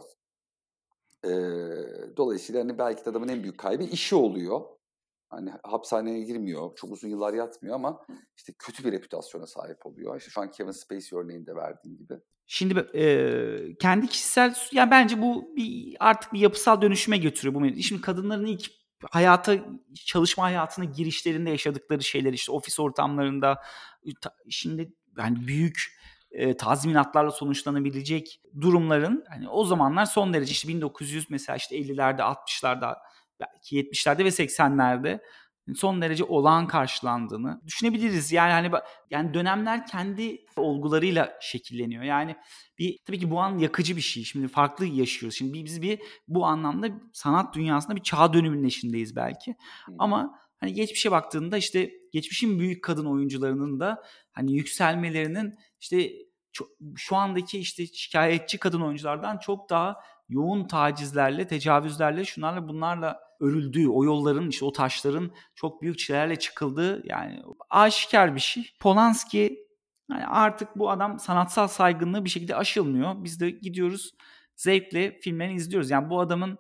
Dolayısıyla hani belki de adamın en büyük kaybı işi oluyor. Hani hapishaneye girmiyor, çok uzun yıllar yatmıyor ama işte kötü bir reputasyona sahip oluyor. İşte şu an Kevin Spacey örneğinde verdiğin gibi. Şimdi kendi kişisel, ya bence bu artık bir yapısal dönüşüme götürüyor bu mevzu. Şimdi kadınların ilk çalışma hayatına girişlerinde yaşadıkları şeyler, işte ofis ortamlarında, şimdi yani büyük tazminatlarla sonuçlanabilecek durumların hani o zamanlar son derece işte 1900 mesela işte 50'lerde 60'larda belki 70'lerde ve 80'lerde son derece olağan karşılandığını düşünebiliriz. Yani hani yani dönemler kendi olgularıyla şekilleniyor. Yani tabii ki bu an yakıcı bir şey. Şimdi farklı yaşıyoruz. Şimdi biz bu anlamda sanat dünyasında bir çağ dönümünün eşindeyiz belki. Ama hani geçmişe baktığında işte geçmişin büyük kadın oyuncularının da hani yükselmelerinin işte şu andaki işte şikayetçi kadın oyunculardan çok daha yoğun tacizlerle, tecavüzlerle, şunlarla bunlarla örüldüğü, o yolların işte o taşların çok büyük çilelerle çıkıldığı yani aşikar bir şey. Polanski yani artık bu adam sanatsal saygınlığı bir şekilde aşılmıyor. Biz de gidiyoruz zevkle filmlerini izliyoruz. Yani bu adamın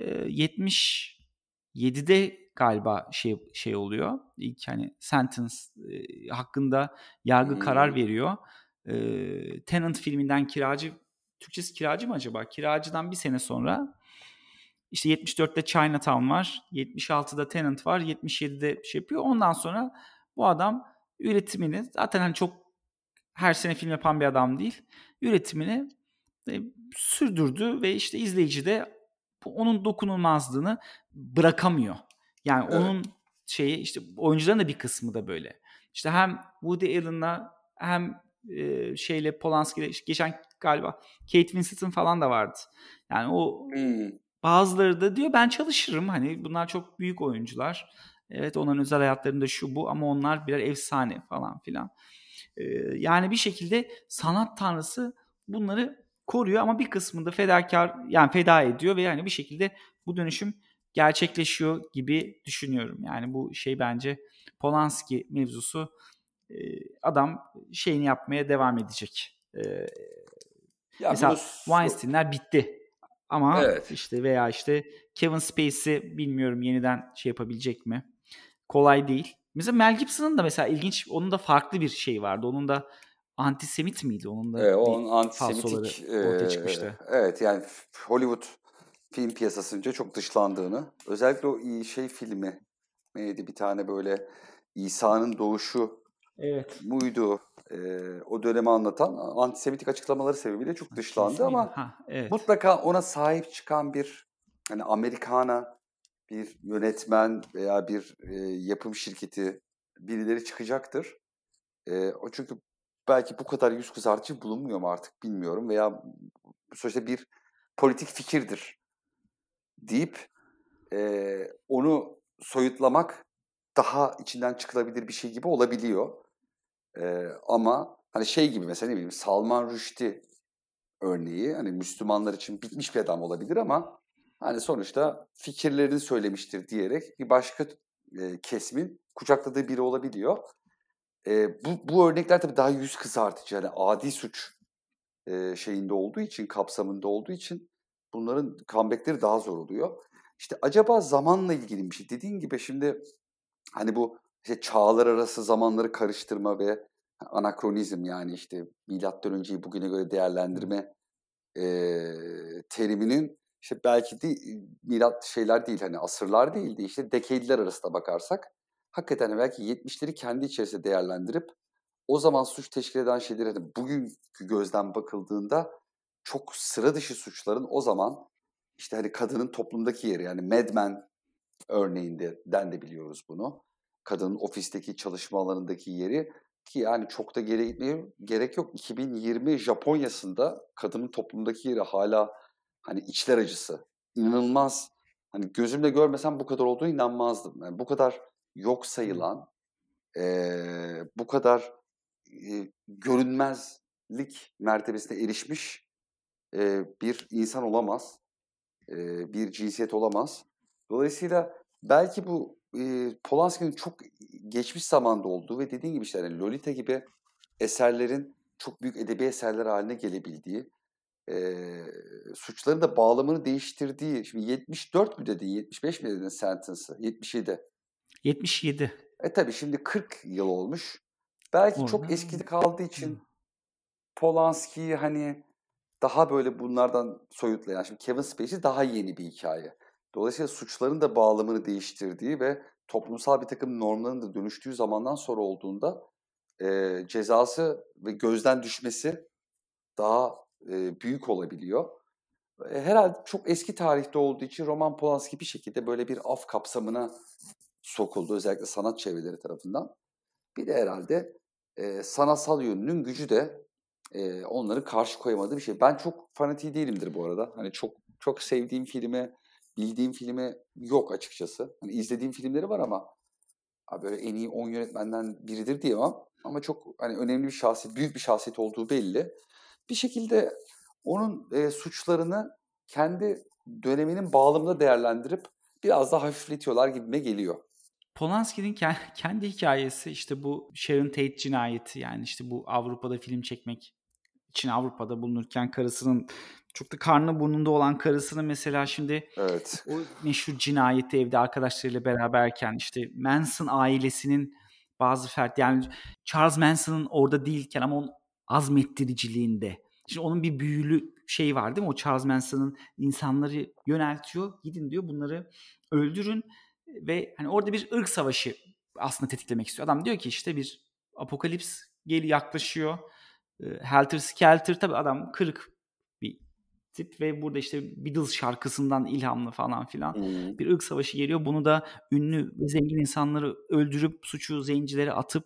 77'de galiba şey oluyor. İlk hani sentence hakkında yargı karar veriyor. Tenant filminden Türkçesi Kiracı mı acaba? Kiracı'dan bir sene sonra işte 74'te Chinatown var, 76'da Tenant var, 77'de şey yapıyor. Ondan sonra bu adam üretimini zaten hani çok her sene film yapan bir adam değil. Üretimini sürdürdü ve işte izleyici de onun dokunulmazlığını bırakamıyor. Yani onun işte oyuncuların da bir kısmı da böyle. İşte hem Woody Allen'la hem Polanski'yle işte geçen galiba Kate Winslet'ın falan da vardı. Yani bazıları da diyor ben çalışırım. Hani bunlar çok büyük oyuncular. Evet onların özel hayatlarında şu bu ama onlar birer efsane falan filan. Yani bir şekilde sanat tanrısı bunları koruyor ama bir kısmında feda ediyor ve yani bir şekilde bu dönüşüm gerçekleşiyor gibi düşünüyorum. Yani bu bence Polanski mevzusu adam şeyini yapmaya devam edecek. Ya Mesela Weinstein'ler bitti. Ama Evet. veya Kevin Spacey bilmiyorum yeniden yapabilecek mi? Kolay değil. Mesela Mel Gibson'ın da mesela ilginç, onun da farklı bir şey vardı. Onun da antisemit miydi? Onun da bir Onun falsoları antisemitik ortaya çıkmıştı. evet yani Hollywood film piyasasınca çok dışlandığını, özellikle o filmi neydi, bir tane böyle İsa'nın doğuşu Evet. muydu, o dönemi anlatan antisemitik açıklamaları sebebiyle çok Kilise dışlandı miydi? ama Ha, evet. mutlaka ona sahip çıkan bir hani Americana, bir yönetmen veya bir yapım şirketi, birileri çıkacaktır. O çünkü belki bu kadar yüz kızartıcı bulunmuyor mu artık bilmiyorum veya sonuçta bir politik fikirdir deyip onu soyutlamak daha içinden çıkılabilir bir şey gibi olabiliyor. Ama hani gibi mesela ne bileyim Salman Rushdie örneği, hani Müslümanlar için bitmiş bir adam olabilir ama hani sonuçta fikirlerini söylemiştir diyerek bir başka kesimin kucakladığı biri olabiliyor. Bu örnekler tabii daha yüz kızartıcı, hani adi suç şeyinde olduğu için, kapsamında olduğu için bunların comeback'leri daha zor oluyor. İşte acaba zamanla ilgili bir şey. Dediğin gibi şimdi hani bu çağlar arası zamanları karıştırma ve anakronizm, yani işte milattan önceyi bugüne göre değerlendirme teriminin işte belki de milat şeyler değil, hani asırlar değildi, işte decade'ler arasında bakarsak hakikaten belki 70'leri kendi içerisinde değerlendirip o zaman suç teşkil eden şeyleri hani bugünkü gözden bakıldığında çok sıra dışı suçların o zaman işte hani kadının toplumdaki yeri, yani Mad Men örneğinden de biliyoruz bunu. Kadının ofisteki çalışma alanındaki yeri, ki yani çok da geri gitmeye gerek yok. 2020 Japonya'sında kadının toplumdaki yeri hala hani içler acısı. İnanılmaz. Hani gözümle görmesem bu kadar olduğunu inanmazdım. Yani bu kadar yok sayılan, bu kadar görünmezlik mertebesine erişmiş bir insan olamaz. Bir cinsiyet olamaz. Dolayısıyla belki bu Polanski'nin çok geçmiş zamanda olduğu ve dediğin gibi işte hani Lolita gibi eserlerin çok büyük edebi eserler haline gelebildiği, suçların da bağlamını değiştirdiği, şimdi 74 mü dedin, 75 mi dedin sentence'ı? 77. 77 Tabii şimdi 40 yıl olmuş. Belki çok orada. eskide kaldığı için Polanski'yi hani daha böyle bunlardan soyutlayan, şimdi Kevin Spacey daha yeni bir hikaye. Dolayısıyla suçların da bağlamını değiştirdiği ve toplumsal bir takım normların da dönüştüğü zamandan sonra olduğunda cezası ve gözden düşmesi daha büyük olabiliyor. Herhalde çok eski tarihte olduğu için Roman Polanski bir şekilde böyle bir af kapsamına sokuldu. Özellikle sanat çevreleri tarafından. Bir de herhalde sanatsal yönünün gücü de onların karşı koyamadığı bir şey. Ben çok fanatiği değilimdir bu arada. Hani çok sevdiğim filmi, bildiğim filmi yok açıkçası. Hani izlediğim filmleri var ama böyle en iyi 10 yönetmenden biridir diyemem. Ama çok hani önemli bir şahsiyet, büyük bir şahsiyet olduğu belli. Bir şekilde onun suçlarını kendi döneminin bağlamında değerlendirip biraz daha hafifletiyorlar gibime geliyor. Polanski'nin kendi hikayesi işte bu Sharon Tate cinayeti, yani işte bu Avrupa'da film çekmek için Avrupa'da bulunurken karısının, çok da karnı burnunda olan karısının mesela şimdi Evet. o meşhur cinayeti evde arkadaşlarıyla beraberken işte Manson ailesinin bazı yani Charles Manson'ın orada değilken ama onun azmettiriciliğinde. Şimdi onun bir büyülü şey var değil mi? O Charles Manson'ın insanları yöneltiyor. Gidin diyor, bunları öldürün ve hani orada bir ırk savaşı aslında tetiklemek istiyor. Adam diyor ki işte bir apokalips yaklaşıyor. Helter Skelter, tabii adam kırık bir tip ve burada işte Beatles şarkısından ilhamlı falan filan Hmm. bir ırk savaşı geliyor. Bunu da ünlü ve zengin insanları öldürüp suçu zencilere atıp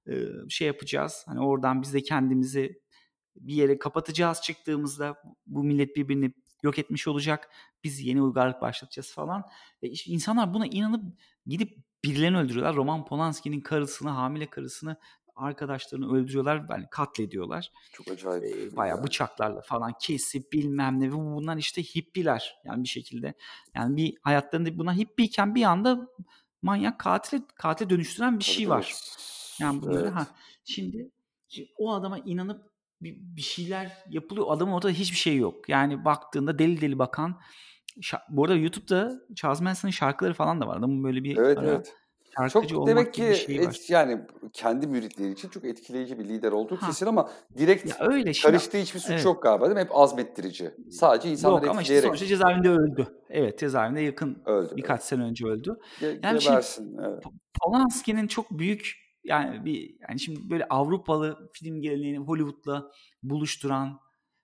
şey yapacağız. Hani oradan biz de kendimizi bir yere kapatacağız, çıktığımızda bu millet birbirini yok etmiş olacak. Biz yeni uygarlık başlatacağız falan. Ve işte insanlar buna inanıp gidip birilerini öldürüyorlar. Roman Polanski'nin karısını, hamile karısını, arkadaşlarını öldürüyorlar. Yani katlediyorlar. Çok acayip Bayağı yani. bıçaklarla falan kesip bilmem ne. Ve bunlar işte hippiler yani bir şekilde. Yani bir hayatlarında buna hippiyken bir anda manyak katile dönüştüren bir Tabii şey tabii. var. Yani bunları Evet. şimdi o adama inanıp bir şeyler yapılıyor. Adamın ortada hiçbir şey yok. Yani baktığında deli deli bakan. Bu arada YouTube'da Charles Manson'ın şarkıları falan da var. Adamın böyle bir Evet ara evet. şarkıcı Çok demek olmak ki gibi bir şeyi var. yani kendi müritleri için çok etkileyici bir lider olduğu Ha kesin ama ya direkt öyle şimdi, karıştığı hiçbir suç evet. yok galiba değil mi? Hep azmettirici. Sadece insanları Yok ama işte sonuçta etkileyerek cezaevinde öldü. Evet, cezaevinde yakın öldü. birkaç Evet. sene önce öldü. Yani şimdi Gebersin. Evet. Polanski'nin çok büyük yani şimdi böyle Avrupalı film geleneğini Hollywood'la buluşturan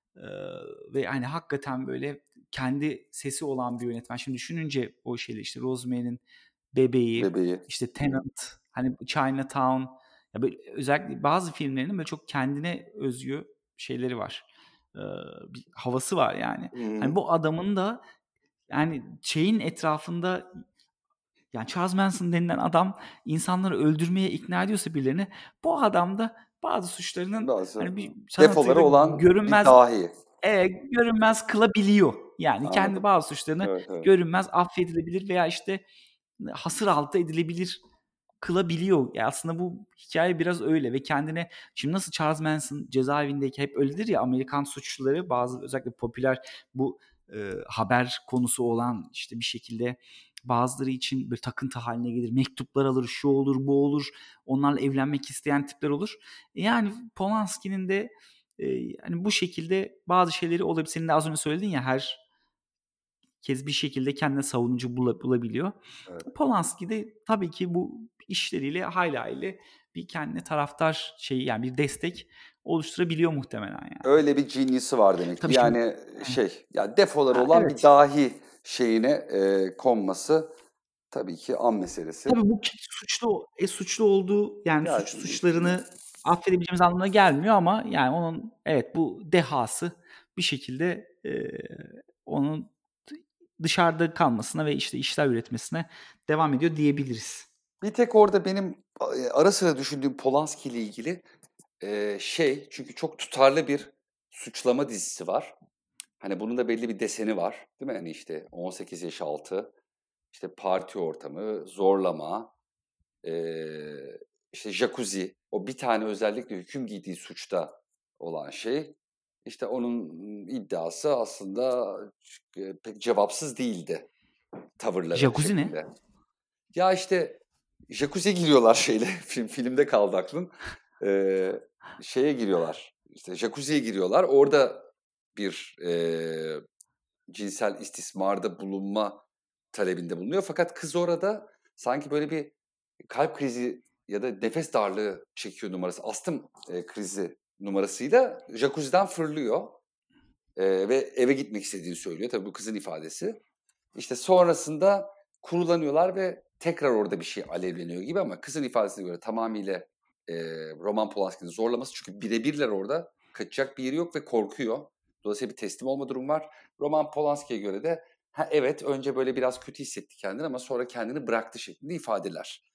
ve hani hakikaten böyle kendi sesi olan bir yönetmen. Şimdi düşününce o şeyler işte Rosemary'nin Bebeği, Bebeği. işte Tenet, hani Chinatown, ya böyle özellikle bazı filmlerinin böyle çok kendine özgü şeyleri var. Bir havası var yani. Hani Hı-hı. bu adamın da yani şeyin etrafında, yani Charles Manson denilen adam insanları öldürmeye ikna ediyorsa birilerini, bu adam da bazı suçlarının Bazı hani bir defoları sanatıyla olan bir dahi. görünmez kılabiliyor. Yani kendi Anladım. bazı suçlarını Evet evet. görünmez affedilebilir veya işte hasır altı edilebilir kılabiliyor. Ya aslında bu hikaye biraz öyle ve kendine, şimdi nasıl Charles Manson cezaevindeki hep öyledir ya, Amerikan suçluları bazı özellikle popüler bu haber konusu olan işte bir şekilde bazıları için bir takıntı haline gelir. Mektuplar alır, şu olur, bu olur. Onlarla evlenmek isteyen tipler olur. Yani Polanski'nin de hani bu şekilde bazı şeyleri olabilir. Senin de az önce söyledin ya, her kez bir şekilde kendine savunucu bulabiliyor. Evet. Polanski de tabii ki bu işleriyle hayli bir kendine taraftar şeyi, yani bir destek oluşturabiliyor muhtemelen yani. Öyle bir genius'ı var demek ki. Tabii şimdi Yani ya defoları olan bir evet. dahi şeyine konması tabii ki an meselesi. Tabii bu suçlu olduğu, yani Ya suçlarını affedebileceğimiz anlamına gelmiyor ama yani onun, evet, bu dehası bir şekilde onun dışarıda kalmasına ve işte işler üretmesine devam ediyor diyebiliriz. bir tek orada benim ara sıra düşündüğüm Polanski ile ilgili çünkü çok tutarlı bir suçlama dizisi var. Hani bunun da belli bir deseni var, değil mi? Hani işte 18 yaş altı, işte parti ortamı, zorlama, işte jacuzzi, o bir tane özellikle hüküm giydiği suçta olan şey. İşte onun iddiası aslında pek cevapsız değildi tavırları Jacuzzi ne? şeklinde. Ya işte jacuzziye giriyorlar filmde kaldı aklım. Şeye giriyorlar, işte jacuzziye giriyorlar. Orada bir cinsel istismarda bulunma talebinde bulunuyor. Fakat kız orada sanki böyle bir kalp krizi ya da nefes darlığı çekiyor numarası, astım krizi numarasıyla jacuzzi'den fırlıyor. Ve eve gitmek istediğini söylüyor. Tabii bu kızın ifadesi. İşte sonrasında kurulanıyorlar ve tekrar orada bir şey alevleniyor gibi, ama kızın ifadesine göre tamamıyla Roman Polanski'nin zorlaması. Çünkü birebirler orada. Kaçacak bir yeri yok ve korkuyor. Dolayısıyla bir teslim olma durumu var. Roman Polanski'ye göre de evet, önce böyle biraz kötü hissetti kendini ama sonra kendini bıraktı şeklinde ifadeler.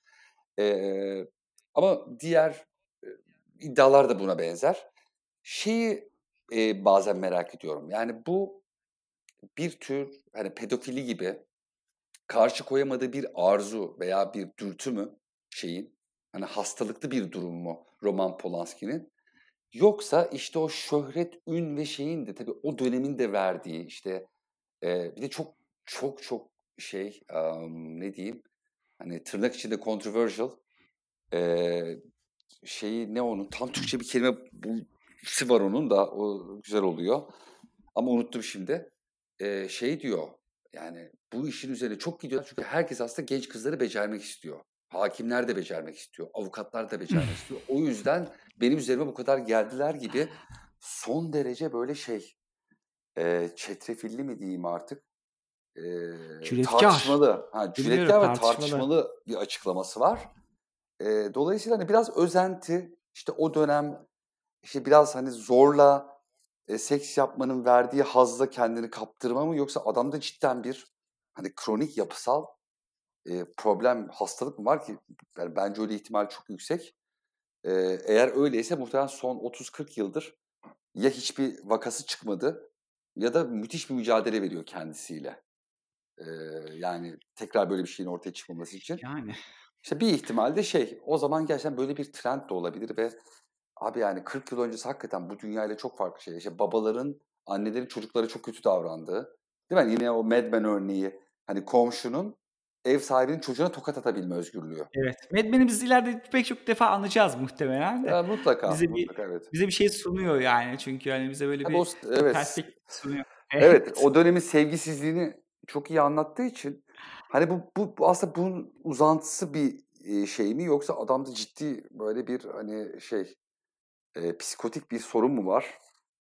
Ama diğer iddialar da buna benzer. Şeyi bazen merak ediyorum. Yani bu bir tür hani pedofili gibi karşı koyamadığı bir arzu veya bir dürtü mü şeyin? Hani hastalıklı bir durum mu Roman Polanski'nin? Yoksa işte o şöhret, ün ve şeyin de tabii o dönemin de verdiği işte bir de çok çok çok şey ne diyeyim, hani tırnak içinde controversial, şeyi ne, onun tam Türkçe bir kelime bulması var, onun da o güzel oluyor. Ama unuttum şimdi. Şey diyor, yani bu işin üzerine çok gidiyor çünkü herkes aslında genç kızları becermek istiyor. Hakimler de becermek istiyor, avukatlar da becermek istiyor. O yüzden benim üzerime bu kadar geldiler gibi son derece böyle şey, çetrefilli mi diyeyim artık, Cüretkar. tartışmalı, Bilmiyorum, cüretkar ve tartışmalı. tartışmalı bir açıklaması var. Dolayısıyla hani biraz özenti, işte o dönem işte biraz hani zorla seks yapmanın verdiği hazzla kendini kaptırma mı, yoksa adamda cidden bir hani kronik yapısal problem, hastalık mı var ki? Yani bence öyle ihtimal çok yüksek. Eğer öyleyse muhtemelen son 30-40 yıldır ya hiçbir vakası çıkmadı ya da müthiş bir mücadele veriyor kendisiyle. Yani tekrar böyle bir şeyin ortaya çıkmaması için. Yani İşte bir ihtimal de şey, o zaman gerçekten böyle bir trend de olabilir ve abi yani 40 yıl öncesi hakikaten bu dünyayla çok farklı şey. İşte babaların, annelerin çocuklara çok kötü davrandığı. Değil mi? Yine o Mad Men örneği. Hani komşunun ev sahibinin çocuğuna tokat atabilme özgürlüğü. evet. Mad Men'i biz ileride pek çok defa anlayacağız muhtemelen de. Mutlaka, Bize mutlaka, evet. bir şey sunuyor yani, çünkü hani bize böyle Tabii o, bir evet. perspektif sunuyor. Evet, Evet. o dönemin sevgisizliğini çok iyi anlattığı için hani bu aslında bunun uzantısı bir şey mi, yoksa adamda ciddi böyle bir hani şey, psikotik bir sorun mu var?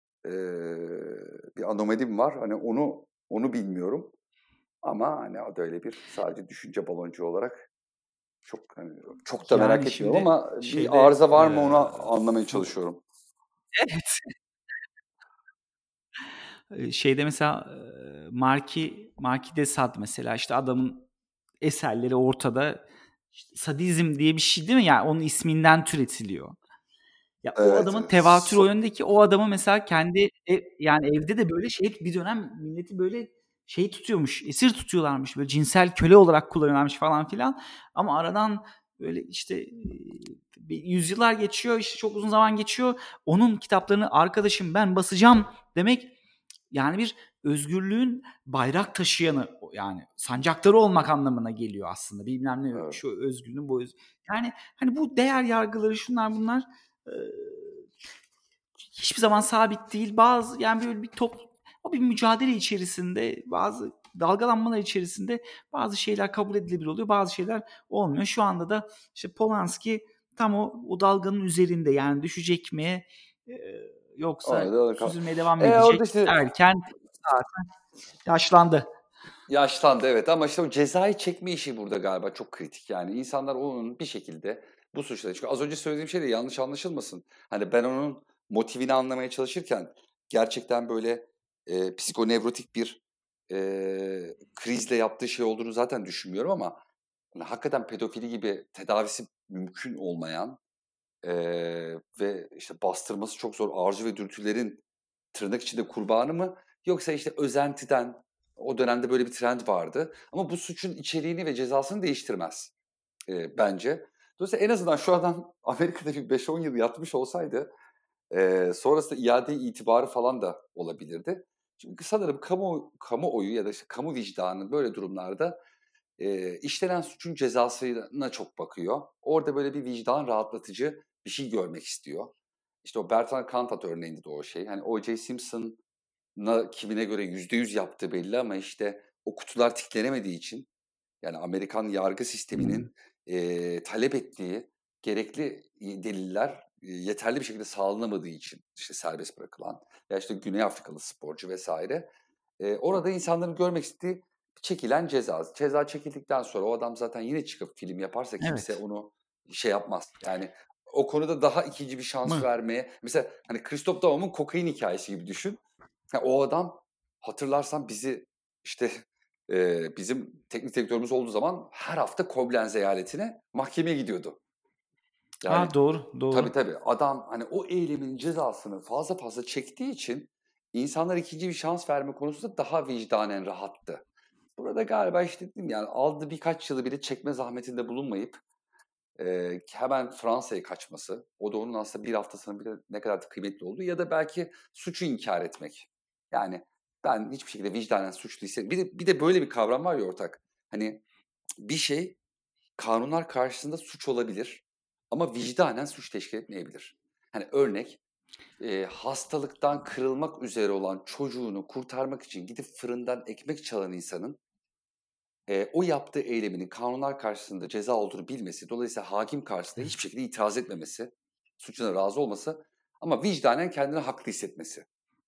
Bir anomali mi var? Hani onu bilmiyorum. Ama hani o da öyle bir sadece düşünce baloncu olarak çok hani çok da Yani merak etmiyorum şimdi ama bir şeyde arıza var mı onu anlamaya bu çalışıyorum. evet. Şeyde mesela Marquis de Sade mesela, işte adamın eserleri ortada. İşte sadizm diye bir şey değil mi? Yani onun isminden türetiliyor. Ya o Evet. adamın tevatür o yöndeki, o adamı mesela kendi yani evde de böyle şey, bir dönem milleti böyle şey tutuyormuş, esir tutuyorlarmış, böyle cinsel köle olarak kullanıyorlarmış falan filan. Ama aradan böyle işte yüzyıllar geçiyor, işte çok uzun zaman geçiyor. Onun kitaplarını arkadaşım ben basacağım demek, yani bir özgürlüğün bayrak taşıyanı, yani sancaktarı olmak anlamına geliyor aslında. Bilmem ne, Evet. şu özgürlüğün bu yani hani bu değer yargıları, şunlar bunlar hiçbir zaman sabit değil. Bazı yani böyle bir o bir mücadele içerisinde, bazı dalgalanmalar içerisinde bazı şeyler kabul edilebilir oluyor, bazı şeyler olmuyor. Şu anda da işte Polanski tam o dalganın üzerinde, yani düşecek mi e, yoksa Orada kal. süzülmeye devam mı Orada edecek işte derken zaten yaşlandı. yaşlandı, evet, ama işte o cezayı çekme işi burada galiba çok kritik. Yani insanlar onun bir şekilde bu suçları. Çünkü az önce söylediğim şey de yanlış anlaşılmasın. Hani ben onun motivini anlamaya çalışırken gerçekten böyle psikonevrotik bir krizle yaptığı şey olduğunu zaten düşünmüyorum, ama hani hakikaten pedofili gibi tedavisi mümkün olmayan ve işte bastırması çok zor arzu ve dürtülerin tırnak içinde kurbanı mı? Yoksa işte özentiden, o dönemde böyle bir trend vardı. Ama bu suçun içeriğini ve cezasını değiştirmez bence. Dolayısıyla en azından şu adam Amerika'da bir 5-10 yıl yatmış olsaydı sonrasında iade itibarı falan da olabilirdi. Çünkü sanırım kamuoyu ya da işte kamu vicdanı böyle durumlarda işlenen suçun cezasına çok bakıyor. Orada böyle bir vicdan rahatlatıcı bir şey görmek istiyor. İşte o Bertrand Cantat örneğinde de o şey. Hani O.J. Simpson'a kimine göre %100 yaptığı belli ama işte o kutular tiklenemediği için, yani Amerikan yargı Hmm. sisteminin talep ettiği gerekli deliller yeterli bir şekilde sağlanamadığı için işte serbest bırakılan ya işte Güney Afrikalı sporcu vesaire orada insanların görmek istediği çekilen ceza. Ceza çekildikten sonra o adam zaten yine çıkıp film yaparsa kimse Evet. onu şey yapmaz. Yani o konuda daha ikinci bir şans Mı? vermeye. Mesela hani Christoph Daum'un kokain hikayesi gibi düşün. Ya o adam hatırlarsan bizi işte bizim teknik direktörümüz olduğu zaman her hafta Koblenz eyaletine mahkemeye gidiyordu. Yani Doğru, tabii doğru. tabii adam hani o eylemin cezasını fazla fazla çektiği için insanlar ikinci bir şans verme konusunda daha vicdanen rahattı. Burada galiba işte dedim yani aldığı birkaç yılı bile çekme zahmetinde bulunmayıp hemen Fransa'ya kaçması, o da onun aslında bir haftasının bile ne kadar da kıymetli olduğu ya da belki suçu inkar etmek. Yani ben hiçbir şekilde vicdanen suçlu hissetmiyorum. Bir de böyle bir kavram var ya ortak. Hani bir şey kanunlar karşısında suç olabilir ama vicdanen suç teşkil etmeyebilir. Hani örnek hastalıktan kırılmak üzere olan çocuğunu kurtarmak için gidip fırından ekmek çalan insanın o yaptığı eyleminin kanunlar karşısında ceza olduğunu bilmesi, dolayısıyla hakim karşısında hiçbir şekilde itiraz etmemesi, suçuna razı olması ama vicdanen kendini haklı hissetmesi.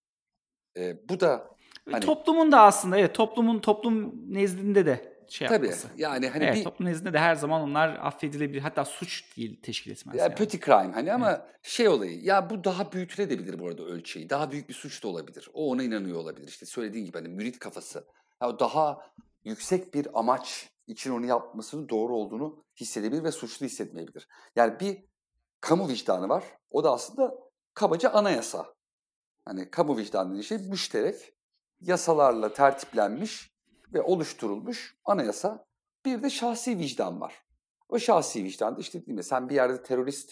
Bu da hani Toplumun da aslında evet toplum nezdinde de şey tabii yapması. yani hani Evet, bir toplum nezdinde de her zaman onlar affedilebilir. Hatta suç değil teşkil etmez ya yani. petit crime hani Evet. ama şey olayı ya bu daha büyütülebilir bu arada ölçeği. Daha büyük bir suç da olabilir. O ona inanıyor olabilir. İşte söylediğin gibi hani mürit kafası. Ya daha yüksek bir amaç için onu yapmasının doğru olduğunu hissedebilir ve suçlu hissetmeyebilir. Yani bir kamu vicdanı var. O da aslında kabaca anayasa. Hani kamu vicdanı dediği şey müşterek, yasalarla tertiplenmiş ve oluşturulmuş anayasa. Bir de şahsi vicdan var. O şahsi vicdan da işte değil mi? Sen bir yerde terörist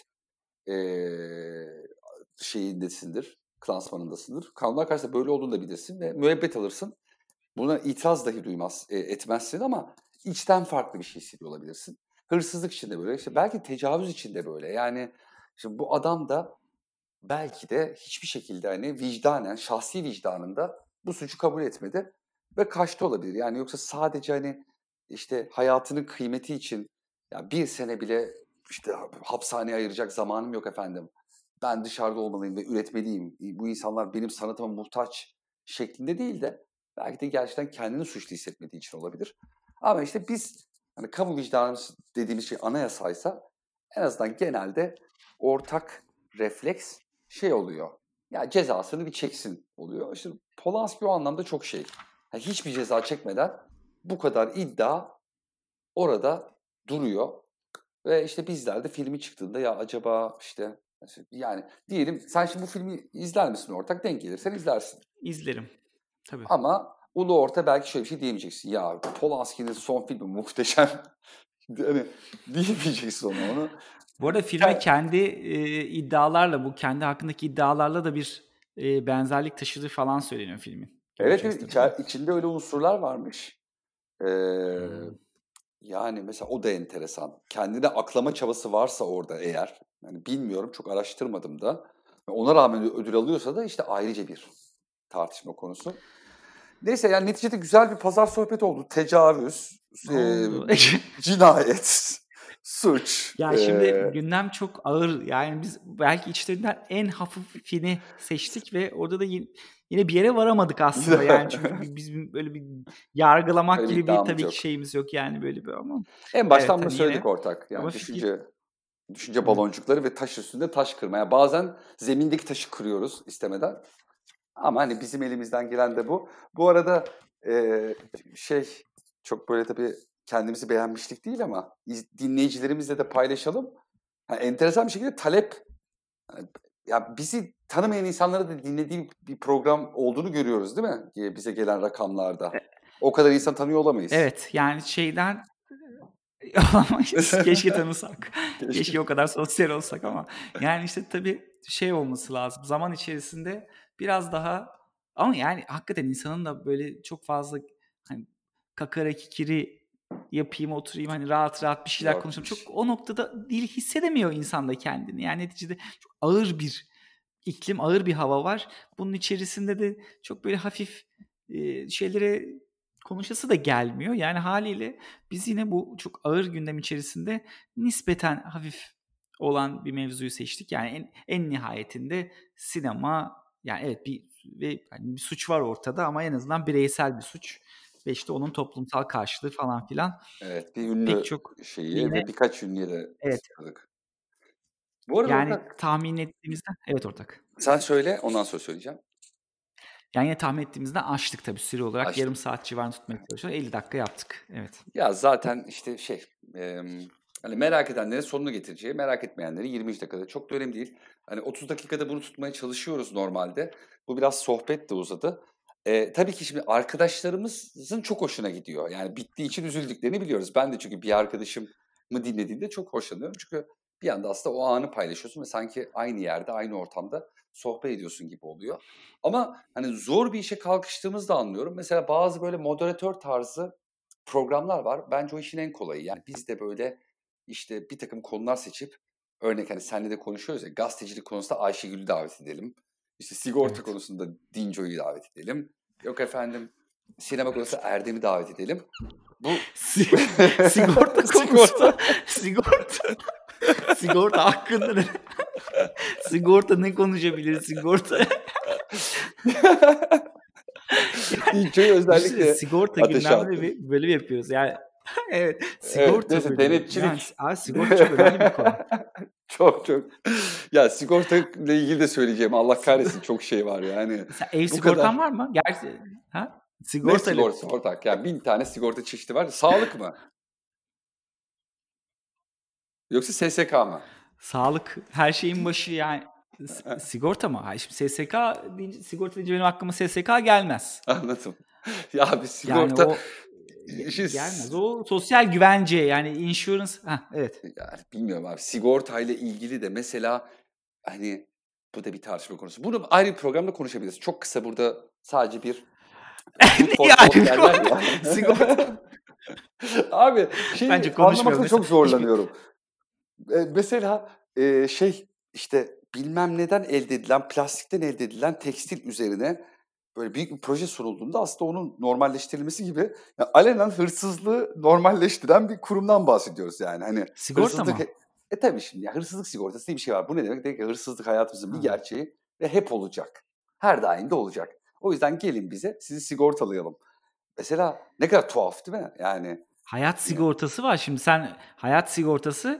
şeyindesindir, klansmanındasındır. Kanunlar karşısında böyle olduğunu da bilirsin ve müebbet alırsın. Buna itiraz dahi etmezsin ama içten farklı bir şey hissediyor olabilirsin. Hırsızlık için de böyle, işte belki tecavüz için de böyle. Yani şimdi bu adam da belki de hiçbir şekilde hani vicdanen, şahsi vicdanında bu suçu kabul etmedi ve kaçtı olabilir. Yani yoksa sadece hani işte hayatının kıymeti için ya bir sene bile işte hapishaneye ayıracak zamanım yok efendim. Ben dışarıda olmalıyım ve üretmeliyim. Bu insanlar benim sanatıma muhtaç şeklinde değil de belki de gerçekten kendini suçlu hissetmediği için olabilir. Ama işte biz hani kamu vicdanı dediğimiz şey anayasaysa en azından genelde ortak refleks şey oluyor. Ya cezasını bir çeksin oluyor. İşte Polanski o anlamda çok şey. Yani hiçbir ceza çekmeden bu kadar iddia orada duruyor. Ve işte bizler de filmi çıktığında ya acaba işte yani diyelim sen şimdi bu filmi izler misin ortak? Denk gelirsen izlersin. İzlerim. Tabii. Ama ulu orta belki şöyle bir şey diyemeyeceksin. Ya Polanski'nin son filmi muhteşem. Hani diyemeyeceksin onu. Bu arada filme kendi iddialarla, bu kendi hakkındaki iddialarla da bir benzerlik taşıdığı falan söyleniyor filmin Game Evet, evet Chester'da. içinde öyle unsurlar varmış. Ee, Hmm. Yani mesela o da enteresan. Kendine aklama çabası varsa orada eğer, yani bilmiyorum çok araştırmadım da. Ona rağmen ödül alıyorsa da işte ayrıca bir tartışma konusu. Neyse yani neticede güzel bir pazar sohbeti oldu. Tecavüz, Ne oldu? cinayet, suç. Ya şimdi gündem çok ağır. Yani biz belki içlerinden en hafifini seçtik ve orada da yine bir yere varamadık aslında. Yani çünkü biz böyle bir yargılamak Öyle bir gibi bir iddiamız tabii ki yok. şeyimiz yok yani böyle bir ama. En baştan Evet bunu hani söyledik yine ortak. ama Yani fikir. düşünce Evet. baloncukları ve taş üstünde taş kırma. Yani bazen zemindeki taşı kırıyoruz istemeden. Ama hani bizim elimizden gelen de bu. Bu arada şey çok böyle tabii kendimizi beğenmişlik değil ama dinleyicilerimizle de paylaşalım. Yani enteresan bir şekilde talep ya bizi tanımayan insanlara da dinlediğim bir program olduğunu görüyoruz değil mi? Bize gelen rakamlarda. O kadar insan tanıyor olamayız. Evet yani şeyden olamayız. Keşke tanısak. Keşke. Keşke o kadar sosyal olsak ama yani işte tabii şey olması lazım. Zaman içerisinde biraz daha ama yani hakikaten insanın da böyle çok fazla hani kakara kikiri yapayım oturayım hani rahat rahat bir şeyler Yok konuşalım. Çok iş. o noktada değil hissedemiyor insan da kendini. Yani neticede çok ağır bir iklim, ağır bir hava var. Bunun içerisinde de çok böyle hafif şeylere konuşası da gelmiyor. Yani haliyle biz yine bu çok ağır gündem içerisinde nispeten hafif olan bir mevzuyu seçtik. Yani en nihayetinde sinema, yani evet bir suç var ortada ama en azından bireysel bir suç ve işte onun toplumsal karşılığı falan filan. Evet, bir Pek ünlü çok şeyi yine ve birkaç ünlüye de evet, sıkıldık. Bu arada yani ortak, tahmin ettiğimizden evet ortak. sen söyle, ondan sonra söyleyeceğim. Yani yine tahmin ettiğimizden açtık tabii, süre olarak yarım Açtık. saat civarında tutmaya çalışıyoruz. 50 dakika yaptık. Evet. Ya zaten işte hani merak edenlerin sonunu getireceği, merak etmeyenleri 20 dakikada. Çok da önemli değil. Hani 30 dakikada bunu tutmaya çalışıyoruz normalde. Bu biraz sohbet de uzadı. Tabii ki şimdi arkadaşlarımızın çok hoşuna gidiyor. Yani bittiği için üzüldüklerini biliyoruz. Ben de çünkü bir arkadaşımı dinlediğinde çok hoşlanıyorum. Çünkü bir anda aslında o anı paylaşıyorsun ve sanki aynı yerde, aynı ortamda sohbet ediyorsun gibi oluyor. Ama hani zor bir işe kalkıştığımızda anlıyorum. Mesela bazı böyle moderatör tarzı programlar var. Bence o işin en kolayı. Yani biz de böyle işte bir takım konular seçip, örnek hani seninle de konuşuyoruz ya, gazetecilik konusunda Ayşegül'ü davet edelim. İşte sigorta Evet. konusunda Dinco'yu davet edelim. Yok efendim sinema konusunda Erdem'i davet edelim. Bu Sigorta konusu. Sigorta hakkında ne? Sigorta ne konuşabilir sigorta? Dinco'yu özellikle sigorta ateşe gündemleri attım. böyle yapıyoruz. Yani evet, Evet, sigorta neyse bölümü. Yani denetçilik. abi, sigorta çok önemli bir konu. Çok çok. Ya sigorta ile ilgili de söyleyeceğim. Allah kahretsin, çok şey var yani. Sen ev Bu sigortan kadar. var mı? Gerçi ha? Ne Sigortayla sigortası ortak? Ya 1000 tane sigorta çeşidi var. Sağlık mı? Yoksa SSK mı? sağlık her şeyin başı yani. Sigorta mı? Hayır, şimdi SSK deyince, sigorta deyince benim aklıma SSK gelmez. Anladım. Ya bir Yani sigorta o işi gelmez. O sosyal güvence, yani insurance. Evet. yani bilmiyorum abi. Sigortayla ilgili de mesela hani bu da bir tartışma konusu. Bunu ayrı bir programda konuşabiliriz. Çok kısa burada sadece bir food Ne for yani thought derler ya. sigorta? Abi Bence konuşmayalım. anlamakta Mesela çok hiçbir zorlanıyorum. Mesela işte bilmem neden elde edilen, plastikten elde edilen tekstil üzerine böyle büyük bir proje sunulduğunda aslında onun normalleştirilmesi gibi, ya alenen hırsızlığı normalleştiren bir kurumdan bahsediyoruz yani. Hani sigorta hırsızlık, mı? tabii şimdi ya hırsızlık sigortası diye bir şey var. Bu ne demek? Demek ki hırsızlık hayatımızın bir Ha. gerçeği ve hep olacak. Her daim de olacak. O yüzden gelin bize sizi sigortalayalım. Mesela ne kadar tuhaf değil mi? Yani Hayat hani sigortası var. Şimdi sen hayat sigortası,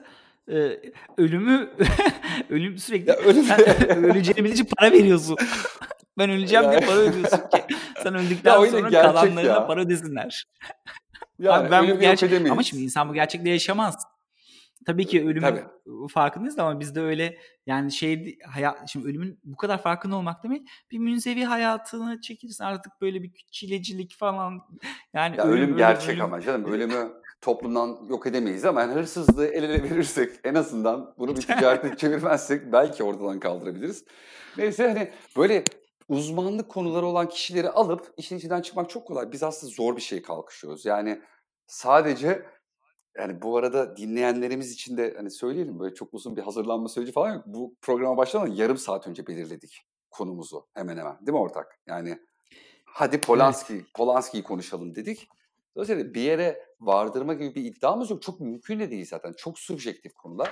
ölümü ölüm ya sürekli öyle sen öleceğini bilince para veriyorsun. Ben öleceğim diye yani para ödüyorsun ki sen ya öldükten o yine sonra gerçek kalanlarına ya. para ödesinler. Yani Abi ben bu ölümü yok gerçek, ama şimdi edemeyiz. insan bu gerçekle yaşamaz. Tabii ki Tabii. ölümün farkındayız ama bizde öyle, yani şimdi ölümün bu kadar farkında olmak demek, bir münzevi hayatını çekirsin artık, böyle bir çilecilik falan. Yani Ya ölüm ölüm ölüm gerçek ölüm. ama canım. Ölümü toplumdan yok edemeyiz ama yani hırsızlığı el ele verirsek, en azından bunu bir ticarete çevirmezsek belki ortadan kaldırabiliriz. Neyse hani böyle uzmanlık konuları olan kişileri alıp işin içinden çıkmak çok kolay. Biz aslında zor bir şey kalkışıyoruz. Yani sadece, yani bu arada dinleyenlerimiz için de hani söyleyelim, böyle çok uzun bir hazırlanma süreci falan yok. Bu programa başlamadan yarım saat önce belirledik konumuzu hemen hemen. Değil mi ortak? Yani hadi Evet. Polanski'yi konuşalım dedik. Dolayısıyla bir yere vardırma gibi bir iddiamız yok. Çok mümkün de değil zaten. Çok subjektif konular.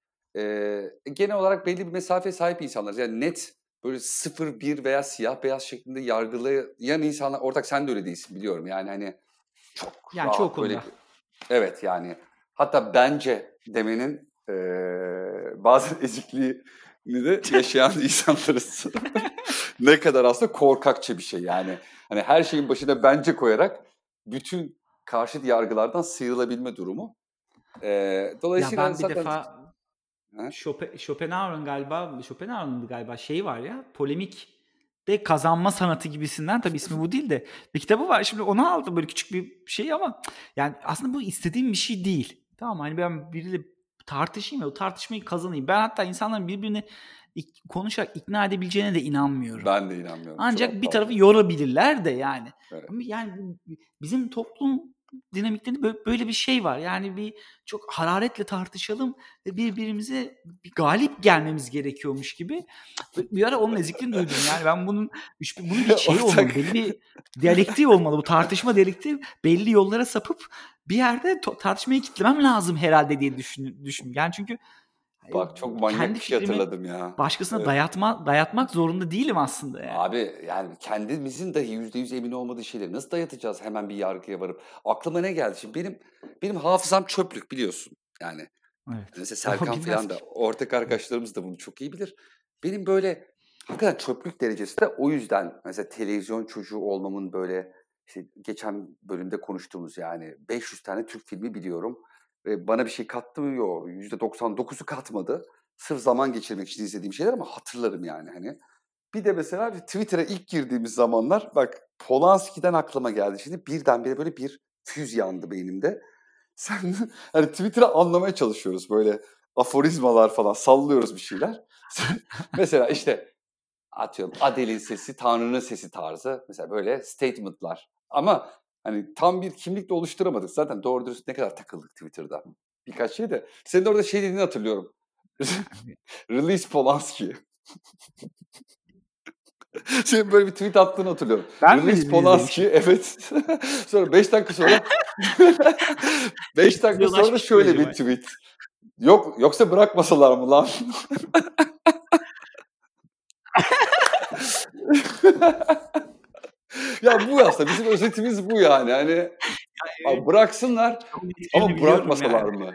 Genel olarak belli bir mesafeye sahip insanlarız. Yani net böyle 0-1 veya siyah beyaz şeklinde yargılayan insanlar. Ortak sen de öyle değilsin biliyorum. Yani hani çok Yani çoğu rahat böyle konuda. bir... Evet yani hatta bence demenin bazen ezikliğini de yaşayan insanlarız. Ne kadar aslında korkakça bir şey yani. Hani her şeyin başına bence koyarak bütün karşıt yargılardan sıyrılabilme durumu. Ya Dolayısıyla ben bir zaten... defa Ha? Schopenhauer'ın galiba şeyi var ya, polemik de kazanma sanatı gibisinden, tabii ismi bu değil de bir kitabı var. Şimdi onu aldım, böyle küçük bir şey ama yani aslında bu istediğim bir şey değil. Tamam mı? Hani ben biriyle tartışayım ve o tartışmayı kazanayım. Ben hatta insanların birbirini konuşarak ikna edebileceğine de inanmıyorum. Ben de inanmıyorum. Çok Ancak bir tarafı aptalca. yorabilirler de yani. Evet. Ama yani bizim toplum dinamiklerinde böyle bir şey var. Yani bir çok hararetle tartışalım ve birbirimize bir galip gelmemiz gerekiyormuş gibi. Bir ara onun ezikliğini duydum. Yani ben bunun bir şeyi olmalı. Ortak. Belli bir diyalektiği olmalı. Bu tartışma diyalektiği, belli yollara sapıp bir yerde tartışmayı kitlemem lazım herhalde diye düşün. Yani çünkü Bak çok manyak Kendi bir şey fikrimi hatırladım ya. başkasına Evet. dayatmak zorunda değilim aslında yani. Abi yani kendimizin dahi %100 emin olmadığı şeyleri nasıl dayatacağız hemen bir yargıya varıp? Aklıma ne geldi? Şimdi benim hafızam çöplük biliyorsun. Yani Evet. mesela O Serkan bilmez falan ki. da ortak arkadaşlarımız da bunu çok iyi bilir. Benim böyle hakikaten çöplük derecesi de o yüzden mesela televizyon çocuğu olmamın böyle işte geçen bölümde konuştuğumuz yani 500 tane Türk filmi biliyorum. Ve bana bir şey kattı mı? Yok. %99'u katmadı. Sırf zaman geçirmek için izlediğim şeyler ama hatırlarım yani hani. Bir de mesela Twitter'a ilk girdiğimiz zamanlar bak Polanski'den aklıma geldi. Şimdi birdenbire böyle bir füz yandı beynimde. Sen hani Twitter'ı anlamaya çalışıyoruz böyle aforizmalar falan sallıyoruz bir şeyler. Mesela işte atıyorum Adele'in sesi Tanrı'nın sesi tarzı mesela böyle statement'lar. Ama hani tam bir kimlik de oluşturamadık. Zaten doğru dürüst ne kadar takıldık Twitter'da. Birkaç şey de. Senin orada şey dediğini hatırlıyorum. Release Polanski. Senin böyle bir tweet attığını hatırlıyorum. Ben mi Release Polanski izlemişim? evet. Sonra 5 dakika sonra 5 dakika sonra da Milyonlaşmış mı şöyle bir acaba? tweet. Yok yoksa bırakmasalar mı lan? Ya bu aslında bizim özetimiz bu yani. Hani Evet, bıraksınlar çok net ama biliyorum bırakmasalar yani. mı?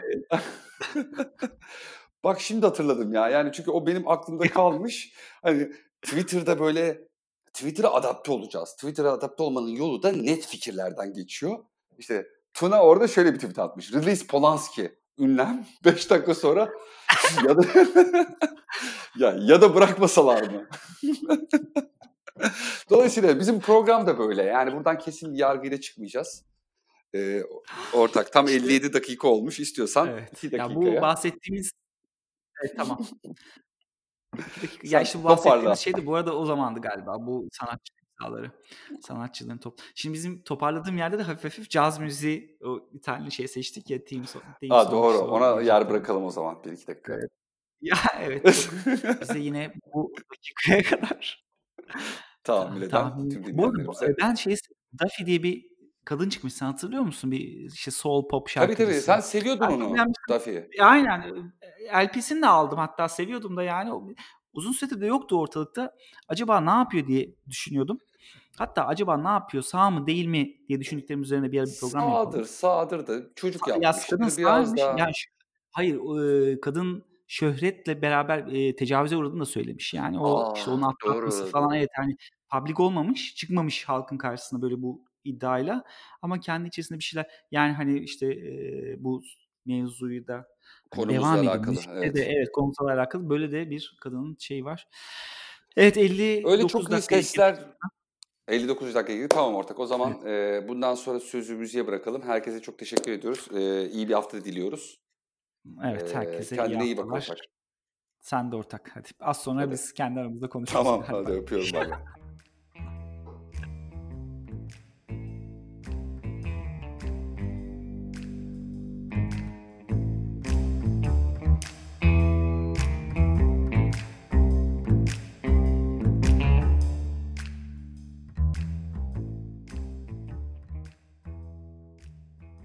Bak şimdi hatırladım ya. Yani çünkü o benim aklımda kalmış. Hani Twitter'da böyle Twitter'a adapte olacağız. Twitter'a adapte olmanın yolu da net fikirlerden geçiyor. İşte Tuna orada şöyle bir tweet atmış. Release Polanski. Ünlem. 5 dakika sonra ya da ya da bırakmasalar mı? Dolayısıyla bizim program da böyle. Yani buradan kesin bir yargıyla çıkmayacağız. Ee, ortak tam İşte 57 dakika olmuş. İstiyorsan evet. 2 Ya bu dakikaya bahsettiğimiz evet, tamam. 2 dakika. Ya sen işte bu bahsettiğimiz toparla. şey de bu arada o zamandı galiba. Bu sanatçı imzaları. Sanatçıların Şimdi bizim toparladığım yerde de hafif hafif caz müziği o bir tane şey seçtik ya theme Aa, song doğru. işte o Ona yer gireceklerimiz. bırakalım o zaman 1-2 dakika. Evet. Ya evet çok bize yine bu dakikaya kadar Tahammül eden tahmin. tüm Bu arada dinleyenlerimize. ben Duffy diye bir kadın çıkmış. Sen hatırlıyor musun? Bir işte soul pop Tabii tabii. şarkıcısı. Sen seviyordun Ben çok onu beğenmiştim. Duffy'yi. Aynen. LP'sini de aldım hatta seviyordum da yani. Uzun süredir de yoktu ortalıkta. Acaba ne yapıyor diye düşünüyordum. Hatta acaba ne yapıyor sağ mı değil mi diye düşündüklerim üzerine bir ara bir program yapalım. Sağdır da çocuk Ya kadın yapmıştır. Biraz sağmış. daha Hayır, kadın şöhretle beraber, tecavüze uğradığını da söylemiş. Yani o, işte, onu atlatması doğru falan doğru. evet, hani, public olmamış, çıkmamış halkın karşısına böyle bu iddiayla ama kendi içerisinde bir şeyler yani, hani, işte, bu mevzuyu da, hani, Konumuzla devam edeyim. alakalı. Müzikte de Evet. evet, konusal alakalı böyle de bir kadının şeyi var. Evet, Öyle çok 59 iyi dakikaya sesler girdik. 59 dakika gibi tamam ortak. O Evet, zaman bundan sonra sözü müziğe bırakalım. Herkese çok teşekkür ediyoruz. İyi bir hafta diliyoruz. evet, herkese iyi Kendine iyi bak haftalar. ortak. Sen de ortak hadi. Az sonra Hadi. biz kendi aramızda konuşuruz yine. Tamam Hadi hadi bay öpüyorum bay bay. bay.